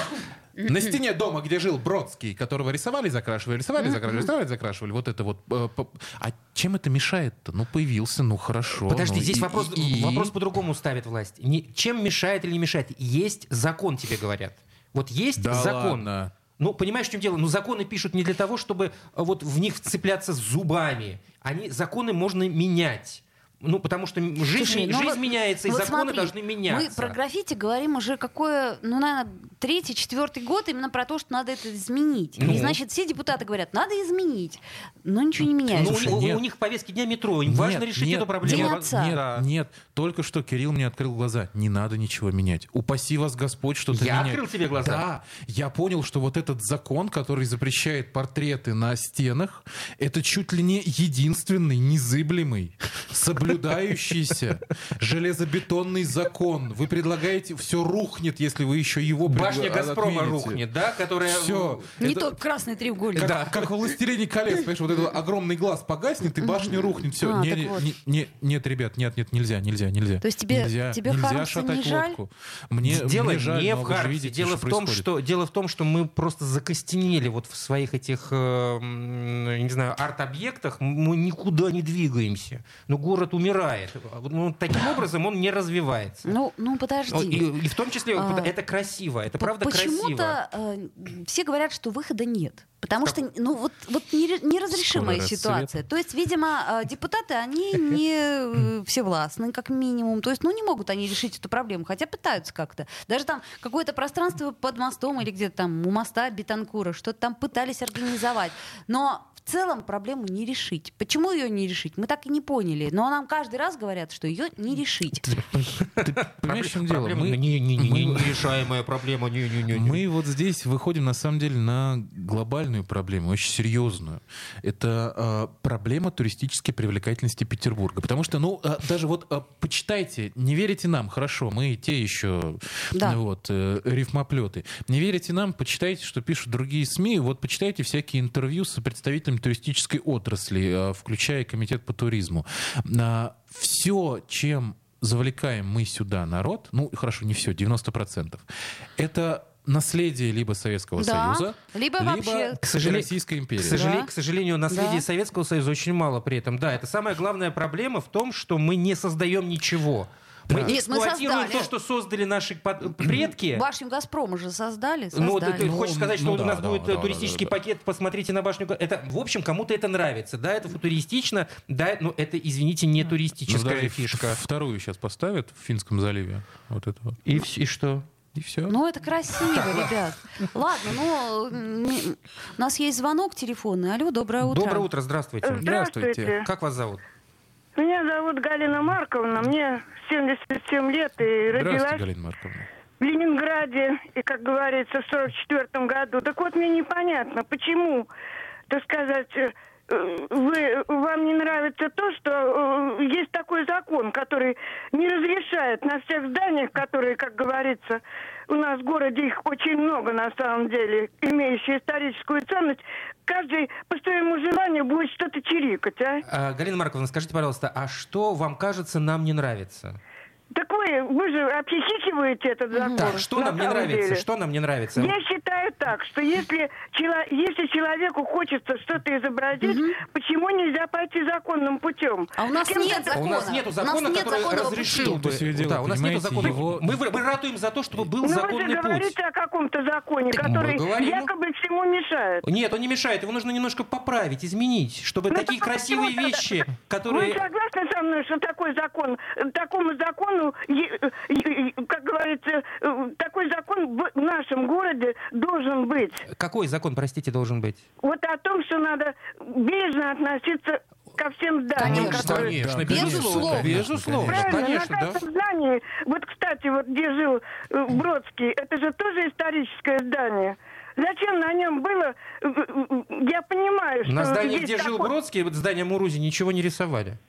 Speaker 4: На стене дома, где жил Бродский, которого рисовали, закрашивали, рисовали, закрашивали, рисовали, закрашивали. Вот это вот. э, по- А чем это мешает-то? Ну, появился, ну, хорошо.
Speaker 3: Подожди,
Speaker 4: ну,
Speaker 3: здесь
Speaker 4: и-
Speaker 3: вопрос,
Speaker 4: и-
Speaker 3: вопрос по-другому ставит власть. Не, чем мешает или не мешает? Есть закон, тебе говорят. Вот есть
Speaker 4: Да
Speaker 3: закон.
Speaker 4: ладно.
Speaker 3: Ну, понимаешь, в чем дело? Ну, законы пишут не для того, чтобы а, вот в них вцепляться зубами. Они, законы можно менять. Ну, потому что жизнь,
Speaker 2: Слушай,
Speaker 3: ми-
Speaker 2: ну
Speaker 3: жизнь
Speaker 2: вот-
Speaker 3: меняется, и
Speaker 2: вот
Speaker 3: законы
Speaker 2: смотри,
Speaker 3: должны меняться.
Speaker 2: Мы про граффити говорим уже какое, ну, наверное, третий, четвертый год именно про то, что надо это изменить.
Speaker 3: Ну.
Speaker 2: И, значит, все депутаты говорят, надо изменить. Но ничего не меняется.
Speaker 3: Ну,
Speaker 4: Слушай,
Speaker 3: у, у-
Speaker 4: нет.
Speaker 3: у них повестки дня метро, им важно
Speaker 4: Нет,
Speaker 3: решить
Speaker 4: нет,
Speaker 3: эту проблему.
Speaker 2: День
Speaker 4: Нет,
Speaker 2: отца.
Speaker 4: нет,
Speaker 3: Да.
Speaker 4: нет. Только что Кирилл мне открыл глаза. Не надо ничего менять. Упаси вас Господь что-то
Speaker 3: Я
Speaker 4: менять.
Speaker 3: открыл тебе глаза?
Speaker 4: Да. Я понял, что вот этот закон, который запрещает портреты на стенах, это чуть ли не единственный, незыблемый, соблюдающийся железобетонный закон. Вы предлагаете, все рухнет, если вы еще его
Speaker 3: Борис башня Газпрома
Speaker 4: отмените.
Speaker 3: рухнет, да, которая...
Speaker 4: Все.
Speaker 2: Не только красный треугольник.
Speaker 4: Как,
Speaker 3: Да.
Speaker 4: как в «Властелине колец», понимаешь, вот этот огромный глаз погаснет, и башня рухнет. Все.
Speaker 2: А,
Speaker 4: не,
Speaker 2: так
Speaker 4: не,
Speaker 2: вот.
Speaker 4: не, не, нет, ребят, нет, нет, нельзя, нельзя, нельзя.
Speaker 2: То есть тебе-
Speaker 4: нельзя,
Speaker 2: тебе
Speaker 4: нельзя
Speaker 2: Хармса
Speaker 4: шатать
Speaker 2: не жаль?
Speaker 4: лодку. Мне,
Speaker 3: Дело
Speaker 4: мне жаль,
Speaker 3: не
Speaker 4: но
Speaker 3: в
Speaker 4: вы же
Speaker 3: Хармсе.
Speaker 4: видите,
Speaker 3: Дело
Speaker 4: что
Speaker 3: в том,
Speaker 4: происходит.
Speaker 3: что дело в том, что мы просто закостенели вот в своих этих, э, м, я не знаю, арт-объектах. Мы никуда не двигаемся. Но город умирает. Ну, таким образом он не развивается.
Speaker 2: Ну, ну подожди.
Speaker 3: И, и в том числе
Speaker 2: А,
Speaker 3: это красиво, это правда красиво.
Speaker 2: Почему-то э, все говорят, что выхода нет. Потому что, ну, вот, вот нере- неразрешимая
Speaker 4: Скоро
Speaker 2: ситуация.
Speaker 4: расцвет.
Speaker 2: То есть, видимо, э, депутаты, они не э, всевластны, как минимум. То есть, ну, не могут они решить эту проблему, хотя пытаются как-то. Даже там какое-то пространство под мостом или где-то там у моста Бетанкура, что-то там пытались организовать. Но в целом проблему не решить. Почему ее не решить? Мы так и не поняли. Но нам каждый раз говорят, что ее не решить.
Speaker 4: Понимаешь, в чем дело?
Speaker 3: Проблема
Speaker 4: Мы-
Speaker 3: не, не, не, не-
Speaker 4: мы-
Speaker 3: нерешаемая проблема. Не, не, не, не.
Speaker 4: Мы вот здесь выходим на самом деле на глобальную проблему, очень серьезную. Это э, проблема туристической привлекательности Петербурга. Потому что, ну, э, даже вот э, почитайте, не верите нам, хорошо, мы те еще
Speaker 2: Да.
Speaker 4: вот, э, рифмоплеты. Не верите нам, почитайте, что пишут другие СМИ. Вот почитайте всякие интервью с представителями туристической отрасли, э, включая комитет по туризму. Э, все, чем завлекаем мы сюда народ, ну, хорошо, не все, девяносто процентов, это наследие либо Советского
Speaker 2: Да,
Speaker 4: Союза,
Speaker 2: либо вообще-
Speaker 3: К сожалению-
Speaker 4: Российской империи.
Speaker 3: К, сожале-
Speaker 2: Да.
Speaker 3: к сожалению, наследия
Speaker 2: Да.
Speaker 3: Советского Союза очень мало при этом. Да, это самая главная проблема в том, что мы не создаем ничего. Мы
Speaker 2: Нет, мы
Speaker 3: эксплуатируем
Speaker 2: создали.
Speaker 3: то, что создали наши под- предки.
Speaker 2: Башню «Газпрома» же создали,
Speaker 3: Ну, вот
Speaker 2: создали.
Speaker 3: ты
Speaker 4: Ну,
Speaker 3: хочешь сказать, что
Speaker 4: ну
Speaker 3: вот у
Speaker 4: да,
Speaker 3: нас
Speaker 4: да,
Speaker 3: будет
Speaker 4: да,
Speaker 3: э,
Speaker 4: да,
Speaker 3: туристический
Speaker 4: да, да.
Speaker 3: пакет, посмотрите на башню. Это, в общем, кому-то это нравится, да, это футуристично, да, но это, извините, не
Speaker 4: Ну,
Speaker 3: туристическая
Speaker 4: даже
Speaker 3: фишка.
Speaker 4: в- Вторую сейчас поставят в Финском заливе. Вот это вот.
Speaker 3: И, вс- и что?
Speaker 4: И все.
Speaker 2: Ну, это красиво, ребят. Ладно, ну, м, у нас есть звонок телефонный. Алло, доброе утро.
Speaker 3: Доброе утро, здравствуйте.
Speaker 4: Здравствуйте.
Speaker 3: Как вас зовут?
Speaker 7: Меня зовут Галина Марковна, мне семьдесят семь лет и
Speaker 4: Здравствуйте,
Speaker 7: родилась
Speaker 4: Галина Марковна.
Speaker 7: в Ленинграде, и, как говорится, в сорок четвертом году. Так вот, мне непонятно, почему, так сказать, э, вы, вам не нравится то, что э, есть такой закон, который не разрешает на всех зданиях, которые, как говорится, у нас в городе их очень много на самом деле, имеющие историческую ценность, каждый по своему желанию будет что-то чирикать, а?
Speaker 3: А, Галина Марковна, скажите, пожалуйста, а что вам кажется нам не нравится?
Speaker 7: Так вы, вы же обхихикиваете этот закон.
Speaker 3: Так, что
Speaker 7: на
Speaker 3: нам не
Speaker 7: самом
Speaker 3: нравится?
Speaker 7: деле.
Speaker 3: Что нам не нравится?
Speaker 7: Я считаю так, что если, чело- если человеку хочется что-то изобразить, почему нельзя пойти законным путем?
Speaker 2: А у нас
Speaker 7: С кем-то
Speaker 2: нет
Speaker 7: это-
Speaker 2: закона.
Speaker 3: У нас нету
Speaker 2: У нас
Speaker 3: закона,
Speaker 2: нет
Speaker 3: который
Speaker 2: законного
Speaker 3: разрешил
Speaker 2: пути.
Speaker 3: бы.
Speaker 4: Тут всё дело,
Speaker 3: Да, у нас нету
Speaker 4: понимаете,
Speaker 3: закона.
Speaker 4: его-
Speaker 3: Мы, мы ратуем за то, чтобы был
Speaker 7: Ну вы же
Speaker 3: законный путь.
Speaker 7: говорите о каком-то законе,
Speaker 3: Так мы
Speaker 7: который
Speaker 3: говорим.
Speaker 7: якобы всему мешает.
Speaker 3: Нет, он не мешает. Его нужно немножко поправить, изменить, чтобы
Speaker 7: Ну,
Speaker 3: такие
Speaker 7: так
Speaker 3: красивые
Speaker 7: почему
Speaker 3: вещи,
Speaker 7: Вы
Speaker 3: которые...
Speaker 7: согласны со мной, что такой закон, такому закону, е- е- как говорится, э, такой закон в нашем городе должен быть?
Speaker 3: Какой закон, простите, должен быть?
Speaker 7: Вот о том, что надо бережно относиться ко всем зданиям,
Speaker 2: Конечно,
Speaker 7: которые...
Speaker 3: Конечно,
Speaker 2: Безусловно.
Speaker 3: Безусловно,
Speaker 7: Правильно,
Speaker 3: конечно,
Speaker 7: на
Speaker 3: да.
Speaker 7: каждом здании, вот, кстати, вот где жил э, Бродский, это же тоже историческое здание. Зачем на нем было, э, э, я понимаю, что
Speaker 3: На здании,
Speaker 7: есть
Speaker 3: где жил
Speaker 7: такой-
Speaker 3: Бродский, вот здание Мурузи, ничего не рисовали.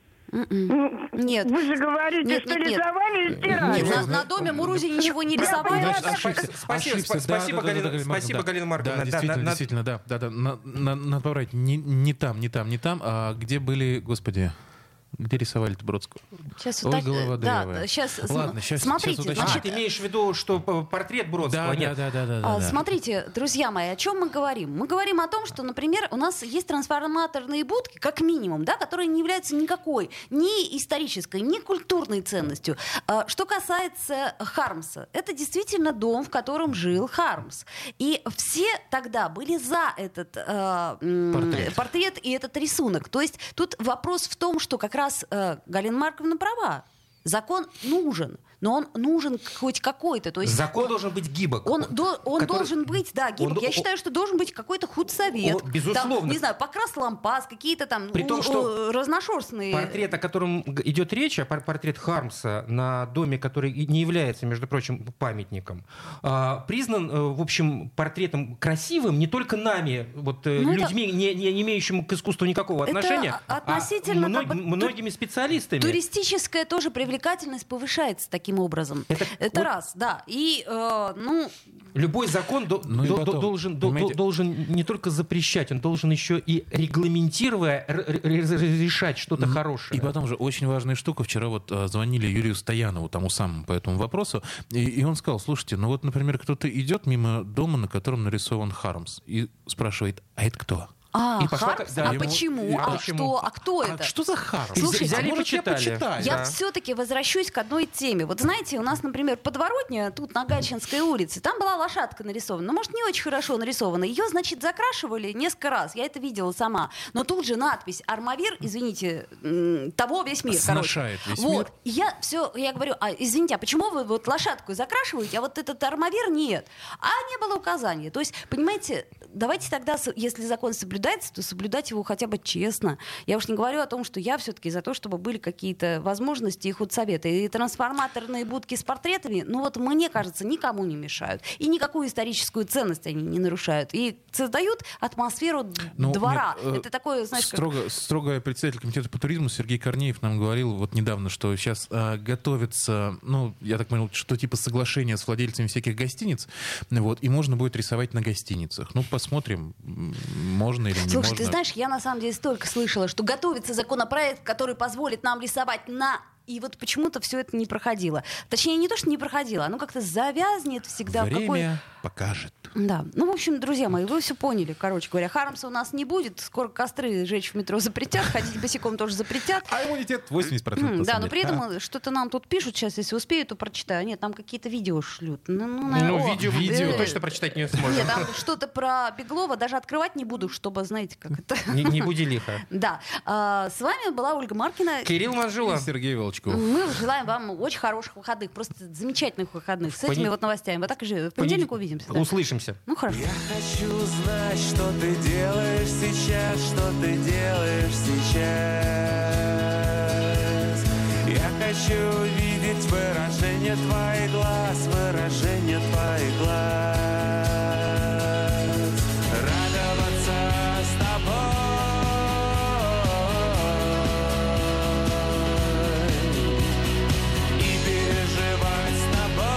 Speaker 2: М-м. Нет.
Speaker 7: Вы же говорите,
Speaker 2: Нет,
Speaker 7: что
Speaker 2: нет, нет.
Speaker 7: рисовали и стирали.
Speaker 2: Нет, на, на доме Мурузи ничего не рисовали.
Speaker 7: Значит,
Speaker 4: Ошибся,
Speaker 3: Спасибо,
Speaker 4: ошибся.
Speaker 3: спа- спасибо,
Speaker 4: Да, да, да,
Speaker 3: Галина-
Speaker 4: да,
Speaker 3: спасибо,
Speaker 4: да.
Speaker 3: Галина Марковна.
Speaker 4: Да,
Speaker 3: Да,
Speaker 4: действительно,
Speaker 3: на- на-
Speaker 4: действительно, да, да, да. На- на- Надо поправить. Не, не там, не там, не там. А где были, господи, где рисовали-то Бродского?
Speaker 2: Сейчас
Speaker 4: Ой,
Speaker 2: вот так,
Speaker 4: голова
Speaker 2: да,
Speaker 4: дырявая.
Speaker 2: сейчас,
Speaker 4: Ладно, щас-
Speaker 2: смотрите,
Speaker 4: щас уточню.
Speaker 3: А,
Speaker 2: значит,
Speaker 3: ты имеешь в виду, что п- портрет Бродского?
Speaker 4: Да,
Speaker 3: Нет.
Speaker 4: да, да, да, да,
Speaker 2: А,
Speaker 4: да.
Speaker 2: Смотрите, друзья мои, о чем мы говорим? Мы говорим о том, что, например, у нас есть трансформаторные будки, как минимум, да, которые не являются никакой ни исторической, ни культурной ценностью. А, Что касается Хармса, это действительно дом, в котором жил Хармс. И все тогда были за этот э, м,
Speaker 4: Портрет.
Speaker 2: портрет и этот рисунок. То есть тут вопрос в том, что как раз э, Галина Марковна права. Закон нужен, но он нужен хоть какой-то. То есть
Speaker 3: Закон
Speaker 2: он-
Speaker 3: должен быть гибок.
Speaker 2: он, до- он
Speaker 3: который-
Speaker 2: должен быть, да, гибок.
Speaker 3: Он-
Speaker 2: Я
Speaker 3: он-
Speaker 2: считаю, что должен быть какой-то худсовет.
Speaker 3: О, безусловно.
Speaker 2: Там, не знаю, покрас лампас, какие-то там
Speaker 3: При том,
Speaker 2: у-
Speaker 3: что
Speaker 2: у- разношерстные.
Speaker 3: Портрет, о котором г- идет речь, а пор- портрет Хармса на доме, который и не является, между прочим, памятником, а, признан, э, в общем, портретом красивым не только нами, вот, э,
Speaker 2: Ну, это-
Speaker 3: людьми, не, не, не имеющими к искусству никакого
Speaker 2: Это
Speaker 3: отношения,
Speaker 2: относительно
Speaker 3: а мног-
Speaker 2: как бы ту-
Speaker 3: многими специалистами.
Speaker 2: Туристическая тоже привлекательность повышается таким образом. Это, Это
Speaker 3: вот...
Speaker 2: раз, да. И, э, ну...
Speaker 3: Любой закон до,
Speaker 4: ну
Speaker 3: до,
Speaker 4: потом,
Speaker 3: должен, до,
Speaker 4: понимаете...
Speaker 3: должен не только запрещать, он должен еще и регламентируя разрешать что-то mm-hmm. хорошее.
Speaker 4: И потом же очень важная штука. Вчера вот а, звонили Юрию Стоянову, тому самому по этому вопросу, и, и он сказал: слушайте, ну вот, например, кто-то идет мимо дома, на котором нарисован Хармс, и спрашивает: а это кто?
Speaker 2: А,
Speaker 3: и пошла,
Speaker 2: Хармс?
Speaker 3: да,
Speaker 2: а
Speaker 3: ему,
Speaker 2: почему? А,
Speaker 3: почему?
Speaker 2: Что? а кто
Speaker 4: А
Speaker 2: это?
Speaker 4: что за Хармс?
Speaker 2: Слушайте,
Speaker 3: взяли и
Speaker 4: может, я
Speaker 3: почитали.
Speaker 4: почитаю?
Speaker 2: Я
Speaker 3: Да.
Speaker 2: все-таки возвращусь к одной теме. Вот знаете, у нас, например, подворотня тут на Гатчинской улице, там была лошадка нарисована. Ну, может, не очень хорошо нарисована. Ее, значит, закрашивали несколько раз. Я это видела сама. Но тут же надпись «Армавир», извините, м, того весь мир.
Speaker 4: Сношает весь
Speaker 2: вот.
Speaker 4: мир.
Speaker 2: И я все, я говорю: а, извините, а почему вы вот лошадку закрашиваете, а вот этот «Армавир» нет? А не было указания. То есть, понимаете, давайте тогда, если закон соблюдается, то соблюдать его хотя бы честно. Я уж не говорю о том, что я все-таки за то, чтобы были какие-то возможности и худсоветы. И трансформаторные будки с портретами, ну вот мне кажется, никому не мешают. И никакую историческую ценность они не нарушают. И создают атмосферу
Speaker 4: Ну,
Speaker 2: двора.
Speaker 4: нет, э,
Speaker 2: Это такое, знаешь,
Speaker 4: строго,
Speaker 2: как...
Speaker 4: строго председатель комитета по туризму Сергей Корнеев нам говорил вот недавно, что сейчас э, готовится, ну, я так понял, что типа соглашение с владельцами всяких гостиниц, вот, и можно будет рисовать на гостиницах. Ну, посмотрим, можно или не
Speaker 2: Слушай,
Speaker 4: можно.
Speaker 2: ты знаешь, я на самом деле столько слышала, что готовится законопроект, который позволит нам рисовать на... И вот почему-то все это не проходило. Точнее, не то, что не проходило, оно как-то завязнет всегда.
Speaker 4: Время
Speaker 2: в какой...
Speaker 4: покажет.
Speaker 2: Да. Ну, в общем, друзья мои, вы все поняли. Короче говоря, Хармса у нас не будет. Скоро костры жечь в метро запретят. Ходить босиком тоже запретят.
Speaker 4: А иммунитет восемьдесят процентов.
Speaker 2: М, Да, но при этом что-то нам тут пишут. Сейчас, если успею, то прочитаю. Нет, там какие-то видео шлют. Ну, ну, наверное,
Speaker 3: Ну,
Speaker 2: о,
Speaker 3: видео,
Speaker 2: э,
Speaker 3: видео точно прочитать не сможем.
Speaker 2: Нет, там что-то про Беглова. Даже открывать не буду, чтобы, знаете, как это...
Speaker 3: Не, не буди лихо.
Speaker 2: Да. А, с вами была Ольга Маркина.
Speaker 3: Кирилл Манжула.
Speaker 4: Сергей Волчков.
Speaker 2: Мы желаем вам очень хороших выходных, просто замечательных выходных с этими
Speaker 3: Пони-
Speaker 2: вот новостями. Вот так же в понедельник увидимся. Да.
Speaker 3: Услышимся.
Speaker 2: Ну хорошо.
Speaker 5: Я хочу знать, что ты делаешь сейчас, что ты делаешь сейчас. Я хочу видеть выражение твоих глаз, выражение твоих глаз. Радоваться с тобой и переживать с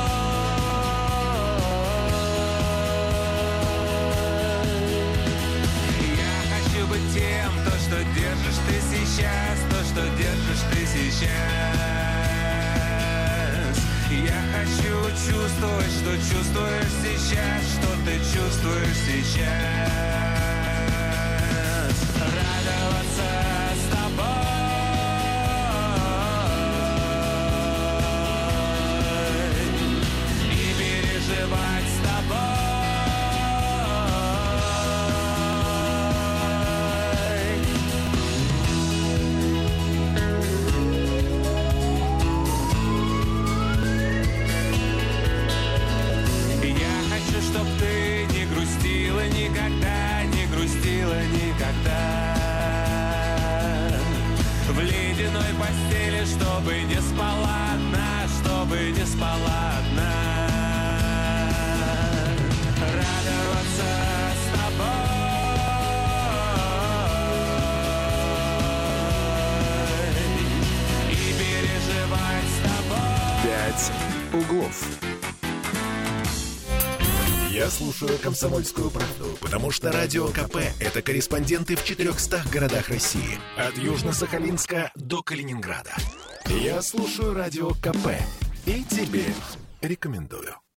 Speaker 5: тем, то, что держишь ты сейчас, то, что держишь ты сейчас. Я хочу чувствовать, что чувствуешь сейчас, что ты чувствуешь сейчас. Радоваться с тобой и переживать с тобой. Чтоб ты не грустила никогда, не грустила никогда. В ледяной постели, чтобы не спала одна, чтобы не спала одна. Радоваться с тобой и переживать с тобой.
Speaker 1: «Пять углов». Я слушаю «Комсомольскую правду», потому что Радио КП — это корреспонденты в четырехстах городах России. От Южно-Сахалинска до Калининграда. Я слушаю Радио КП и тебе рекомендую.